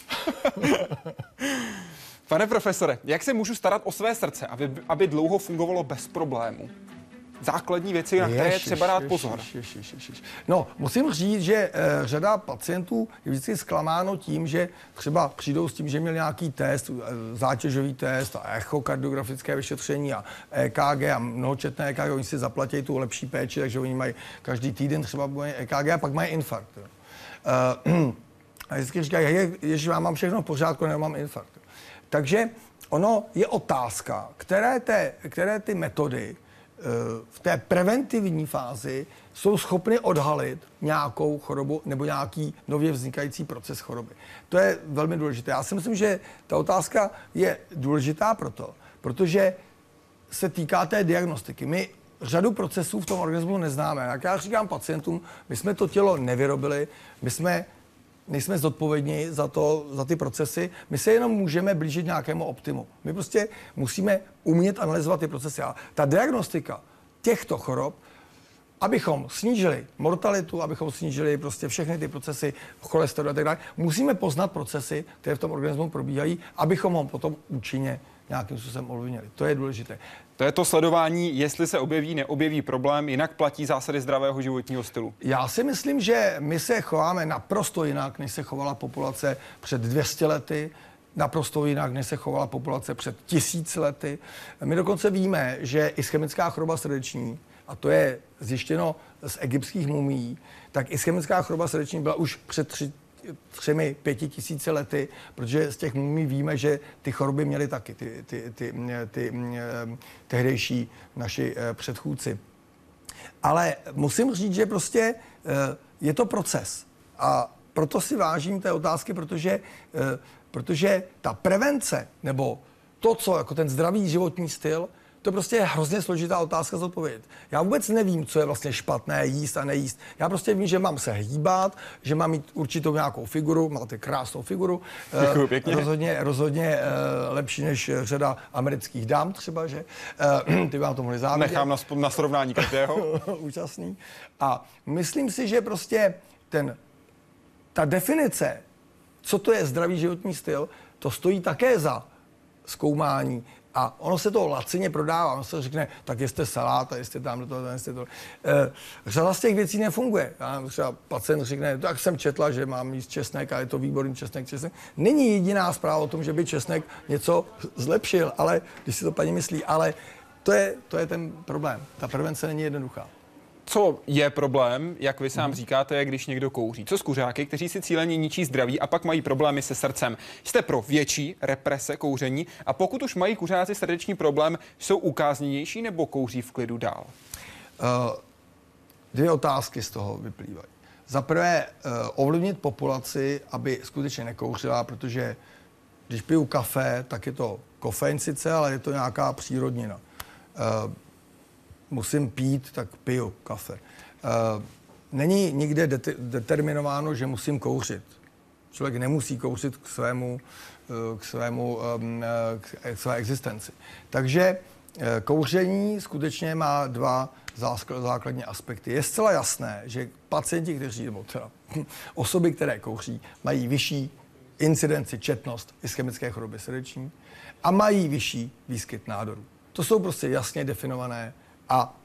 Pane profesore, jak se můžu starat o své srdce, aby dlouho fungovalo bez problémů? Základní věci, na které je třeba dát pozor. No, musím říct, že řada pacientů je vždycky zklamáno tím, že třeba přijdou s tím, že měl nějaký test, zátěžový test a echokardiografické vyšetření a EKG a mnohočetné EKG, oni si zaplatí tu lepší péči, takže oni mají každý týden třeba EKG a pak mají infarkt. A vždycky říkají, ježiš, já mám všechno v pořádku, nemám infarkt. Takže ono je otázka, které ty metody v té preventivní fázi jsou schopny odhalit nějakou chorobu nebo nějaký nově vznikající proces choroby. To je velmi důležité. Já si myslím, že ta otázka je důležitá protože se týká té diagnostiky. My řadu procesů v tom organismu neznáme. Jak já říkám pacientům, my jsme to tělo nevyrobili, nejsme zodpovědní za ty procesy, my se jenom můžeme blížit nějakému optimu. My prostě musíme umět analyzovat ty procesy. A ta diagnostika těchto chorob, abychom snížili mortalitu, abychom snížili prostě všechny ty procesy cholesterolu a tak dále, musíme poznat procesy, které v tom organismu probíhají, abychom ho potom účinně nějakým způsobem ovlivnili. To je důležité. To je to sledování, jestli se objeví, neobjeví problém, jinak platí zásady zdravého životního stylu. Já si myslím, že my se chováme naprosto jinak, než se chovala populace před 200 lety, naprosto jinak, než se chovala populace před 1000 lety. My dokonce víme, že ischemická choroba srdeční, a to je zjištěno z egyptských mumií, tak ischemická choroba srdeční byla už před 3-5 tisíci lety, protože z těch mumí víme, že ty choroby měly taky ty tehdejší naši předchůdci. Ale musím říct, že prostě je to proces. A proto si vážím té otázky, protože ta prevence, nebo to, co jako ten zdravý životní styl, to prostě je hrozně složitá otázka zodpovědět. Já vůbec nevím, co je vlastně špatné jíst a nejíst. Já prostě vím, že mám se hýbat, že mám mít určitou nějakou figuru, máte krásnou figuru. Děkuju pěkně. Rozhodně lepší než řada amerických dám třeba, že? Ty vám to mohli závidět. Nechám na srovnání každého. Úžasný. A myslím si, že prostě ta definice, co to je zdravý životní styl, to stojí také za zkoumání. A ono se to lacině prodává. Ono se řekne, tak jeste salát a jeste tam do toho, jeste to. Řada z těch věcí nefunguje. Třeba pacient řekne, tak jsem četla, že mám jíst česnek a je to výborný česnek. Není jediná zpráva o tom, že by česnek něco zlepšil, ale když si to paní myslí, ale to je ten problém. Ta prevence není jednoduchá. Co je problém, jak vy sám říkáte, je, když někdo kouří. Co s kuřáky, kteří si cíleně ničí zdraví a pak mají problémy se srdcem? Jste pro větší represe kouření a pokud už mají kuřáci srdeční problém, jsou ukázněnější nebo kouří v klidu dál? Dvě otázky z toho vyplývají. Za prvé ovlivnit populaci, aby skutečně nekouřila, protože když piju kafe, tak je to kofein sice, ale je to nějaká přírodnina. Musím pít, tak piju kafe. Není nikde determinováno, že musím kouřit. Člověk nemusí kouřit k své existenci. Takže kouření skutečně má dva základní aspekty. Je zcela jasné, že pacienti, kteří, nebo teda osoby, které kouří, mají vyšší incidenci, četnost ischemické choroby srdeční a mají vyšší výskyt nádorů. To jsou prostě jasně definované a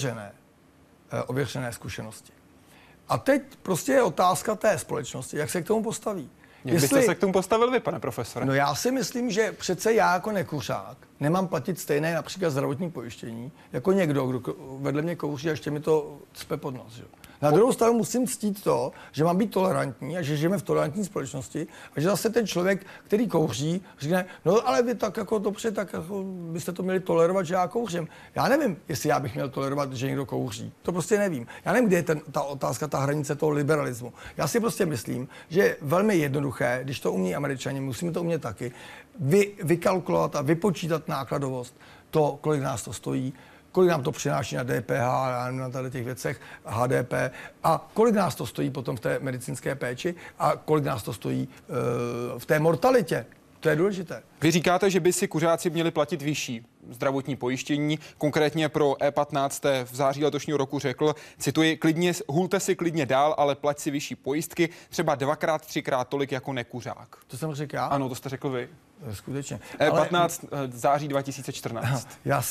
ověřené zkušenosti. A teď prostě je otázka té společnosti, jak se k tomu postaví. Jak byste se k tomu postavil vy, pane profesore? No já si myslím, že přece já jako nekuřák nemám platit stejné například zdravotní pojištění jako někdo, kdo vedle mě kouří a ještě mi to cpe pod nos. Že? Na druhou stranu musím ctít to, že mám být tolerantní a že žijeme v tolerantní společnosti a že zase ten člověk, který kouří, říká, no ale vy tak jako dobře, tak jako byste to měli tolerovat, že já kouřím. Já nevím, jestli já bych měl tolerovat, že někdo kouří. To prostě nevím. Já nevím, kde je ta otázka, ta hranice toho liberalismu. Já si prostě myslím, že je velmi jednoduché, když to umí Američani, musíme to umět taky, vykalkulovat a vypočítat nákladovost, to, kolik nás to stojí, kolik nám to přináší na DPH, na tady těch věcech, HDP a kolik nás to stojí potom v té medicínské péči a kolik nás to stojí v té mortalitě. To je důležité. Vy říkáte, že by si kuřáci měli platit vyšší zdravotní pojištění. Konkrétně pro E15 v září letošního roku řekl, cituji, hulte si klidně dál, ale plať si vyšší pojistky, třeba 2x, 3x tolik jako nekuřák. To jsem řekl já? Ano, to jste řekl vy. Skutečně. E15 září 2014.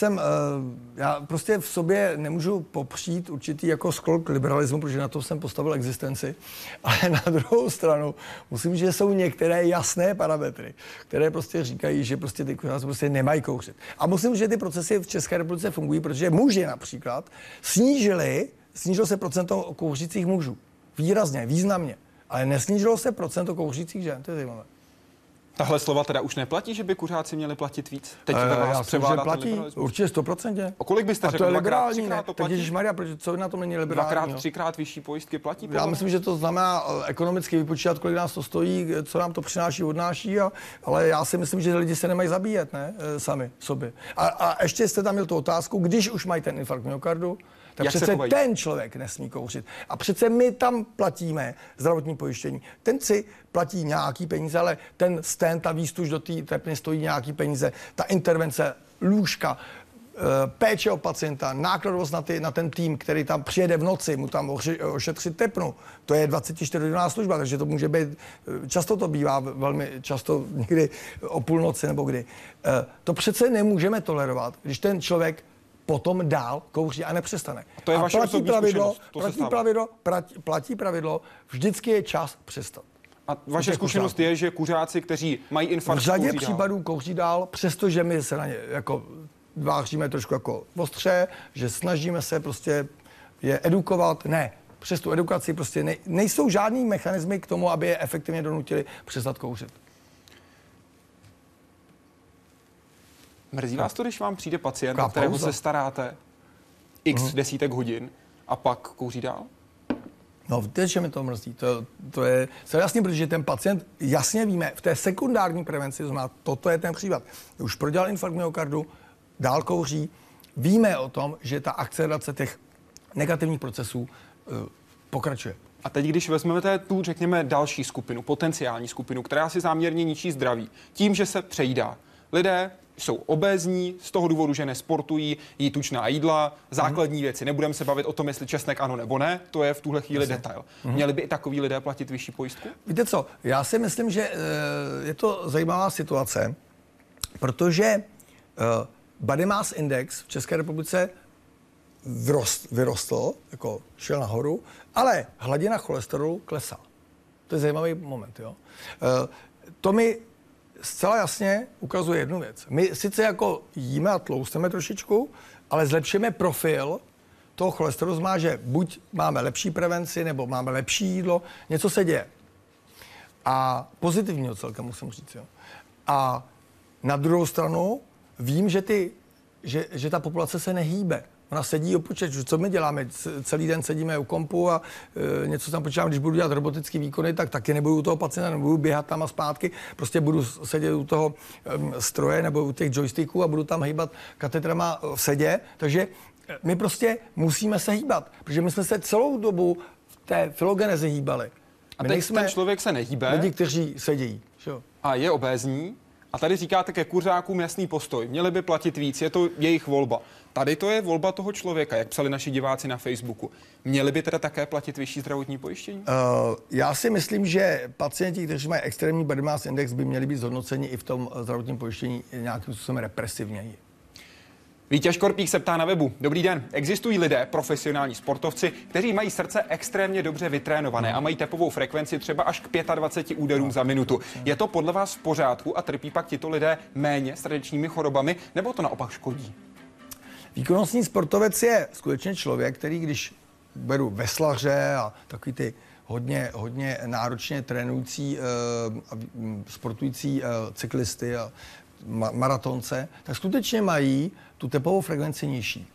Já prostě v sobě nemůžu popřít určitý jako sklon k liberalismu, protože na to jsem postavil existenci, ale na druhou stranu musím, že jsou některé jasné parametry, které prostě říkají, že prostě ty kuřáci prostě nemají kouřit. A musím, že ty procesy v České republice fungují, protože muži například snížilo se procento kouřících mužů. Výrazně, významně. Ale nesnížilo se procento kouřících žen. To je zajímavé. Tahle slova teda už neplatí, že by kuřáci měli platit víc? Teď vás převládá ten liberalismus. Určitě 100%. O kolik byste řekl? To je liberální, ne? Tak Ježišmarja, co na tom není liberální? 2x, 3x vyšší pojistky platí? Já myslím, že to znamená ekonomicky vypočítat, kolik nás to stojí, co nám to přináší, odnáší, ale já si myslím, že lidi se nemají zabíjet, ne? Sami sobě. A ještě jste tam měl tu otázku, když už mají ten infarkt myokardu, tak přece ten člověk nesmí kouřit. A přece my tam platíme zdravotní pojištění. Ten si platí nějaký peníze, ale ten stent, ta výstuž do té tepny stojí nějaký peníze. Ta intervence, lůžka, péče o pacienta, nákladovost na ten tým, který tam přijede v noci, mu tam ošetřit tepnu. To je 24hodinná služba, takže to může být, často to bývá, velmi často někdy o půlnoci nebo kdy. To přece nemůžeme tolerovat, když ten člověk potom dál kouří a nepřestane. To je vaše osobní zkušenost. Platí pravidlo, vždycky je čas přestat. A vaše zkušenost je, že kuřáci, kteří mají infarkt, v řadě případů kouří dál, přestože my se na ně jako vážíme trošku jako ostře, že snažíme se prostě je edukovat. Ne, přes tu edukaci prostě nejsou žádný mechanismy k tomu, aby je efektivně donutili přestat kouřit. Mrzí vás to, když vám přijde pacient, o kterého se staráte x desítek hodin a pak kouří dál? No, víte, že mi to mrzí. To je jasně, protože ten pacient, jasně víme, v té sekundární prevenci, toto je ten případ. Už prodělal infarkt myokardu, dál kouří. Víme o tom, že ta akcelerace těch negativních procesů pokračuje. A teď, když vezmeme tu, řekněme, další skupinu, potenciální skupinu, která si záměrně ničí zdraví, tím, že se přejídá. Lidé jsou obézní z toho důvodu, že nesportují, jí tučná jídla, základní věci. Nebudeme se bavit o tom, jestli česnek ano nebo ne, to je v tuhle chvíli detail. Měli by i takoví lidé platit vyšší pojistku? Víte co, já si myslím, že je to zajímavá situace, protože body mass index v České republice vyrostl, jako šel nahoru, ale hladina cholesterolu klesá. To je zajímavý moment, jo. To mi zcela jasně ukazuje jednu věc. My sice jako jíme a tlousteme trošičku, ale zlepšíme profil toho cholesterolu, znamená, že buď máme lepší prevenci, nebo máme lepší jídlo, něco se děje. A pozitivního celkem musím říct. Jo. A na druhou stranu vím, že ta populace se nehýbe. Ona sedí u počítačů. Co my děláme? Celý den sedíme u kompu a něco tam počítáme. Když budu dělat robotické výkony, tak taky nebudu u toho pacienta, nebudu běhat tam a zpátky. Prostě budu sedět u toho stroje nebo u těch joysticků a budu tam hýbat katedrama v sedě. Takže my prostě musíme se hýbat, protože my jsme se celou dobu v té filogenezi hýbali. A teď ten člověk se nehýbe. Lidi, kteří sedějí. A je obézní. A tady říkáte ke kuřákům jasný postoj. Měli by platit víc, je to jejich volba. Tady to je volba toho člověka, jak psali naši diváci na Facebooku. Měli by teda také platit vyšší zdravotní pojištění? Já si myslím, že pacienti, kteří mají extrémní body mass index, by měli být zhodnoceni i v tom zdravotním pojištění nějakým způsobem represivněji. Vítěz Škorpík se ptá na webu. Dobrý den. Existují lidé, profesionální sportovci, kteří mají srdce extrémně dobře vytrénované a mají tepovou frekvenci třeba až k 25 úderům za minutu. Je to podle vás v pořádku a trpí pak tito lidé méně srdečními chorobami, nebo to naopak škodí? Výkonnostní sportovec je skutečně člověk, který, když beru veslaře a takový ty hodně náročně trénující, sportující cyklisty a maratonce, tak skutečně mají tu tepovou frekvenci nižší.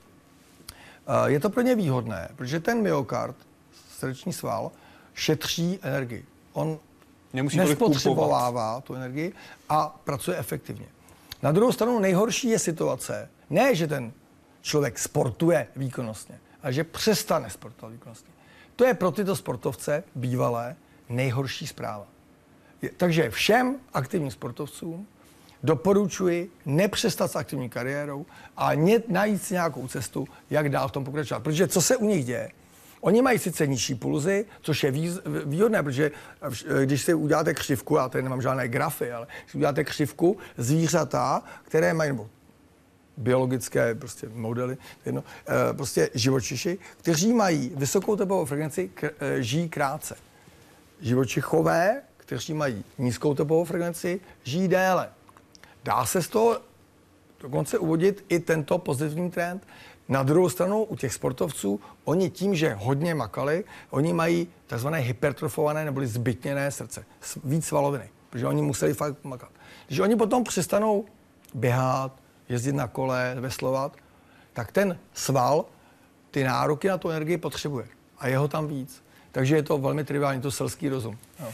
Je to pro ně výhodné, protože ten myokard, srdeční sval, šetří energii. On nespotřebovává tu energii a pracuje efektivně. Na druhou stranu nejhorší je situace, ne, že ten člověk sportuje výkonnostně, ale že přestane sportovat výkonnostně. To je pro tyto sportovce bývalé nejhorší zpráva. Takže všem aktivním sportovcům doporučuji nepřestat s aktivní kariérou a najít si nějakou cestu, jak dál v tom pokračovat. Protože co se u nich děje? Oni mají sice nižší pulzy, což je výhodné, protože když si uděláte křivku, já tady nemám žádné grafy, ale když uděláte křivku zvířata, které mají, nebo biologické prostě modely, prostě živočiši, kteří mají vysokou tepovou frekvenci, žijí krátce. Živočichové, kteří mají nízkou tepovou frekvenci, žijí déle. Dá se z toho dokonce uvodit i tento pozitivní trend. Na druhou stranu u těch sportovců, oni tím, že hodně makali, oni mají takzvané hypertrofované neboli zbytněné srdce, víc svaloviny, protože oni museli fakt makat. Když oni potom přestanou běhat, jezdit na kole, veslovat, tak ten sval ty nároky na tu energii potřebuje. A je ho tam víc. Takže je to velmi triviální, to selský rozum. Jo.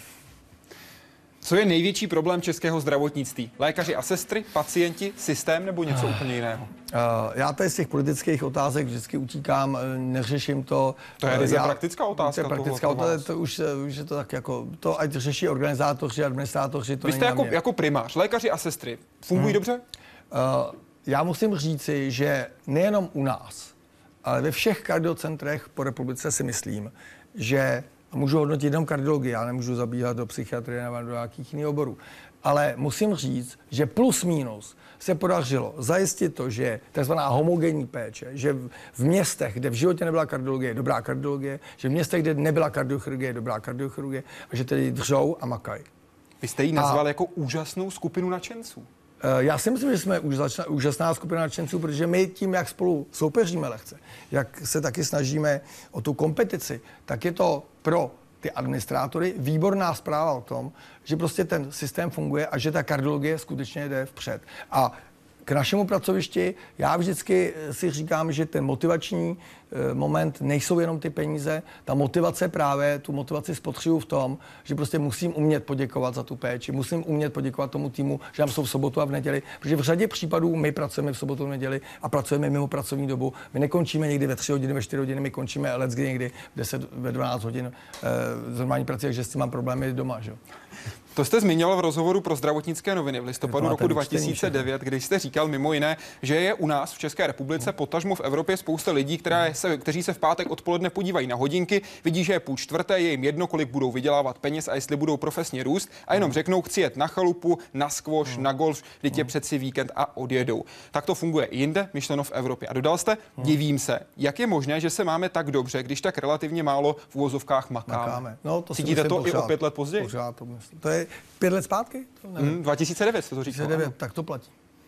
Co je největší problém českého zdravotnictví? Lékaři a sestry, pacienti, systém nebo něco úplně jiného? Já tady z těch politických otázek vždycky utíkám, neřeším to. To je ryze praktická otázka. To je praktická otázka, to už je to tak jako, to ať řeší organizátoři, administrátoři, to Vy jste jako primář, lékaři a sestry, fungují dobře? Já musím říci, že nejenom u nás, ale ve všech kardiocentrech po republice si myslím, že můžu hodnotit jenom kardiologii, já nemůžu zabíhat do psychiatrie nebo do nějakých jiných oborů. Ale musím říct, že plus minus se podařilo zajistit to, že takzvaná homogenní péče, že v městech, kde v životě nebyla kardiologie, je dobrá kardiologie, že v městech, kde nebyla kardiochirurgie, je dobrá kardiochirurgie a že tedy dřou a makají. Vy jste ji nazval jako úžasnou skupinu nadšenců. Já si myslím, že jsme úžasná skupina nadšenců, protože my tím, jak spolu soupeříme lehce, jak se taky snažíme o tu kompetici, tak je to pro ty administrátory výborná zpráva o tom, že prostě ten systém funguje a že ta kardiologie skutečně jde vpřed. A k našemu pracovišti já vždycky si říkám, že ten motivační moment nejsou jenom ty peníze, ta motivace právě, tu motivaci spotřebuju v tom, že prostě musím umět poděkovat za tu péči, musím umět poděkovat tomu týmu, že tam jsou v sobotu a v neděli, protože v řadě případů my pracujeme v sobotu a v neděli a pracujeme mimo pracovní dobu. My nekončíme někdy ve 3 hodiny, ve 4 hodiny, my končíme leckdy někdy v 10, ve 12 hodin z normální prací, takže s tím mám problémy doma, že? To jste zmiňoval v rozhovoru pro Zdravotnické noviny v listopadu roku 2009, když jste říkal mimo jiné, že je u nás v České republice, potažmo v Evropě, spousta lidí, kteří se v pátek odpoledne podívají na hodinky, vidí, že je 3:30, je jim jedno, kolik budou vydělávat peněz a jestli budou profesně růst, a jenom řeknou, chci jet na chalupu, na squash, na golf, vždyť je přeci víkend a odjedou. Tak to funguje i jinde, myšleno v Evropě. A dodal jste, divím se, jak je možné, že se máme tak dobře, když tak relativně málo v uvozovkách makáme. No, to cítíte to pořád, i o 5 let později? Pořád to je 5 let zpátky? 2009 jste to říkal. 2009, tak to platí.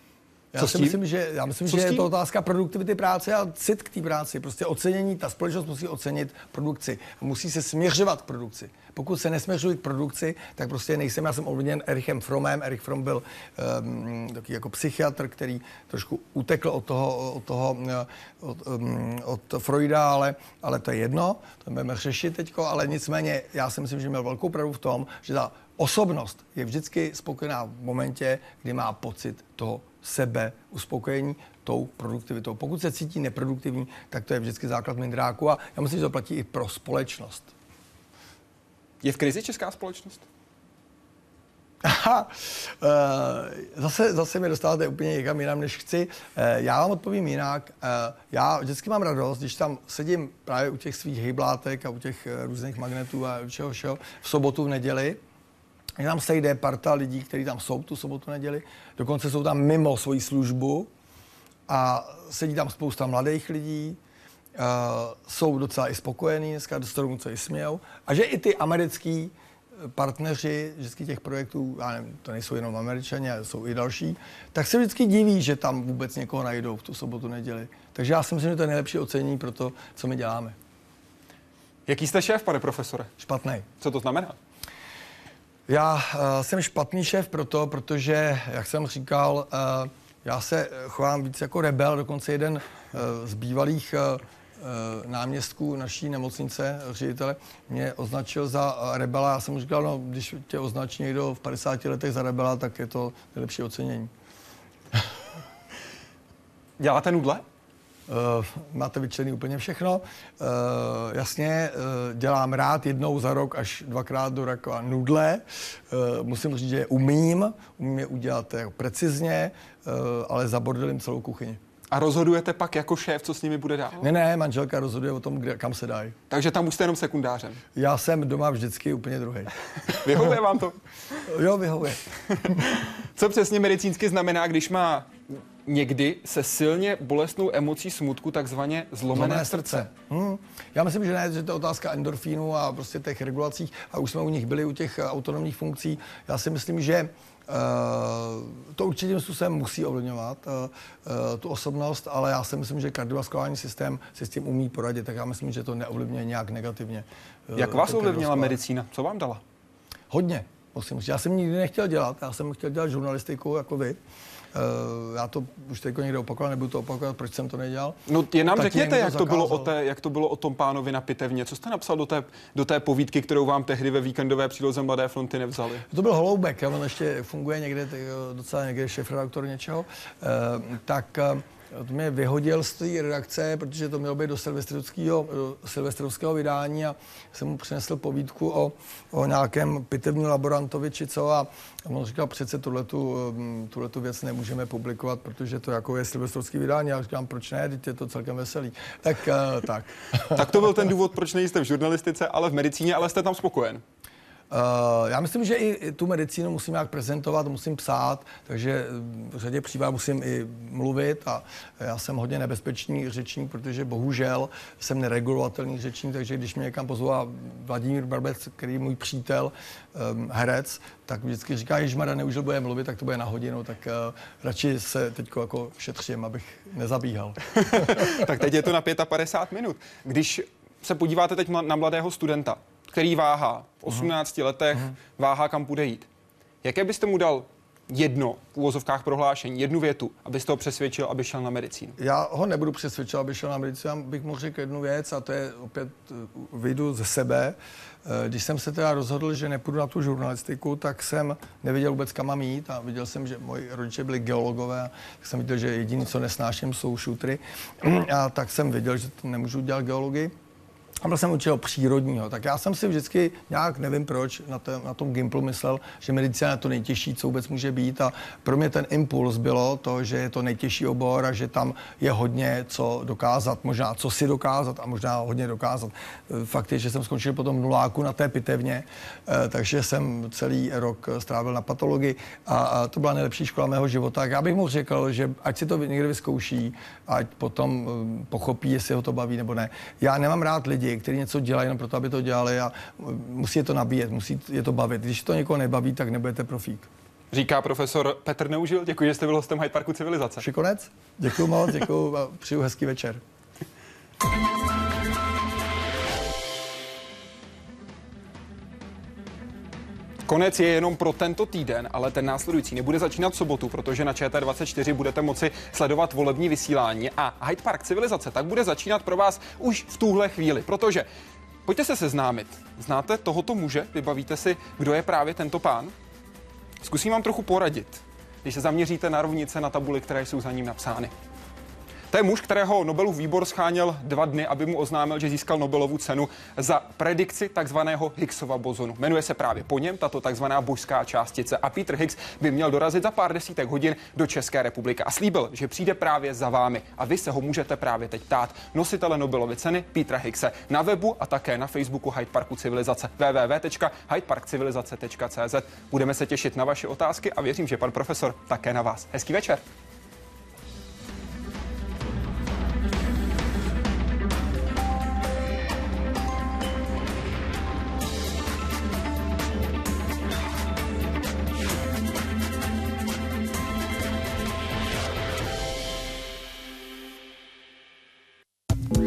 Já myslím, že je to otázka produktivity práce a cit k té práci. Prostě ocenění, ta společnost musí ocenit produkci. Musí se směřovat k produkci. Pokud se nesměřují k produkci, tak prostě nejsem. Já jsem ovlivněn Erichem Frommem. Erich Fromm byl takový jako psychiatr, který trošku utekl od Freuda, ale to je jedno. To budeme řešit teďko, ale nicméně já si myslím, že měl velkou pravdu v tom, že ta osobnost je vždycky spokojená v momentě, kdy má pocit toho sebe uspokojení tou produktivitou. Pokud se cítí neproduktivní, tak to je vždycky základ mindráku a já myslím, že to platí i pro společnost. Je v krizi česká společnost? Aha, zase mi dostáváte úplně někam jinam, než chci. Já vám odpovím jinak. Já vždycky mám radost, když tam sedím právě u těch svých hejblátek a u těch různých magnetů a čeho v sobotu, v neděli. Je tam sejde parta lidí, kteří tam jsou tu sobotu, neděli. Dokonce jsou tam mimo svoji službu a sedí tam spousta mladých lidí. Jsou docela i spokojení, dneska se tomu co i smějou. A že i ty americký partneři vždycky těch projektů, já nevím, to nejsou jenom Američani, ale jsou i další, tak se vždycky diví, že tam vůbec někoho najdou v tu sobotu, neděli. Takže já si myslím, že to je nejlepší ocenění pro to, co my děláme. Jaký jste šéf, pane profesore? Špatnej. Co to znamená? Já jsem špatný šéf protože, jak jsem říkal, já se chovám víc jako rebel, dokonce jeden z bývalých náměstků naší nemocnice, ředitele, mě označil za rebela. Já jsem mu říkal, no, když tě označí někdo v 50 letech za rebela, tak je to nejlepší ocenění. Děláte nudle? Máte vyčlený úplně všechno. Jasně, dělám rád jednou za rok až 2krát do roka nudle. Musím říct, že je umím je udělat jako precizně, ale zabordelím celou kuchyni. A rozhodujete pak jako šéf, co s nimi bude dál? Ne, manželka rozhoduje o tom, kam se dají. Takže tam už jste jenom sekundářem. Já jsem doma vždycky úplně druhý. Vyhovuje vám to? Jo, vyhovuje. Co přesně medicínsky znamená, když má někdy se silně bolestnou emocí smutku takzvaně zlomené srdce? Já myslím, že ne, že to je otázka endorfínů a prostě těch regulacích a už jsme u nich byli u těch autonomních funkcí. Já si myslím, že to určitým způsobem musí ovlivňovat tu osobnost, ale já si myslím, že kardiovaskulární systém si s tím umí poradit, tak já myslím, že to neovlivňuje nějak negativně. Jak vás ovlivnila medicína? Co vám dala? Hodně, musím říct. Já jsem nikdy nechtěl dělat, já jsem chtěl dělat žurnalistiku jako vy. Já to už teď někde opakoval, nebudu to opakovat, proč jsem to nedělal. No jen nám řekněte, jak to bylo o tom pánovi na pitevně. Co jste napsal do té povídky, kterou vám tehdy ve víkendové příloze Mladé fronty nevzali? To byl Holoubek, on ještě funguje někde, docela někde šéfredaktor něčeho. To mě vyhodil z té redakce, protože to mělo být do silvestrovského vydání a jsem mu přinesl povídku o nějakém pitevním laborantovi či co a on říkal, přece tuhletu věc nemůžeme publikovat, protože to jako je silvestrovský vydání. Já říkám, proč ne, teď je to celkem veselý. Tak. Tak to byl ten důvod, proč nejste v žurnalistice, ale v medicíně, ale jste tam spokojen. Já myslím, že i tu medicínu musím nějak prezentovat, musím psát, takže v řadě případů musím i mluvit a já jsem hodně nebezpečný řečník, protože bohužel jsem neregulovatelný řečník, takže když mě někam pozval Vladimír Brabec, který je můj přítel, herec, tak vždycky říká, ježmara, neužil bude mluvit, tak to bude na hodinu, tak radši se teď jako šetřím, abych nezabíhal. Tak teď je to na 55 minut. Když se podíváte teď na mladého studenta, který váhá v 18 letech, váhá, kam půjde jít. Jaké byste mu dal jedno v uvozovkách prohlášení, jednu větu, abyste ho přesvědčil, aby šel na medicínu? Já ho nebudu přesvědčil, aby šel na medicínu, bych mu řekl jednu věc a to je opět vyjdu ze sebe. Když jsem se teda rozhodl, že nepůjdu na tu žurnalistiku, tak jsem nevěděl vůbec, kam mám jít a viděl jsem, že moji rodiče byli geologové, tak jsem viděl, že jediné, co nesnáším, jsou šutry a tak jsem věděl, že nemůžu dělat geologii. A byl jsem učil přírodního, tak já jsem si vždycky nějak, nevím proč, na tom Gimplu myslel, že medicína je to nejtěžší, co vůbec může být a pro mě ten impuls bylo to, že je to nejtěžší obor a že tam je hodně co dokázat, možná co si dokázat a možná hodně dokázat. Fakt je, že jsem skončil potom v nuláku na té pitevně, takže jsem celý rok strávil na patologii a to byla nejlepší škola mého života. Tak já bych mu řekl, že ať si to někde vyzkouší, ať potom pochopí, jestli ho to baví nebo ne. Já nemám rád lidi, kteří něco dělají jenom proto, aby to dělali a musí je to nabíjet, musí je to bavit. Když to někoho nebaví, tak nebudete profík. Říká profesor Petr Neužil. Děkuji, že jste byl hostem Hyde Parku Civilizace. Vši konec? Děkuji moc, děkuji a přeju hezký večer. Konec je jenom pro tento týden, ale ten následující nebude začínat v sobotu, protože na ČT24 budete moci sledovat volební vysílání a Hyde Park Civilizace tak bude začínat pro vás už v tuhle chvíli, protože pojďte se seznámit. Znáte tohoto muže? Vybavíte si, kdo je právě tento pán? Zkusím vám trochu poradit, když se zaměříte na rovnice na tabuli, které jsou za ním napsány. To je muž, kterého Nobelův výbor scháněl 2 dny, aby mu oznámil, že získal Nobelovu cenu za predikci takzvaného Higgsova bozonu. Jmenuje se právě po něm tato takzvaná božská částice a Peter Higgs by měl dorazit za pár desítek hodin do České republiky a slíbil, že přijde právě za vámi a vy se ho můžete právě teď ptát. Nositele Nobelovy ceny Petera Higgse na webu a také na Facebooku Hyde Parku Civilizace www.hydeparkcivilizace.cz. Budeme se těšit na vaše otázky a věřím, že pan profesor také na vás. Hezký večer.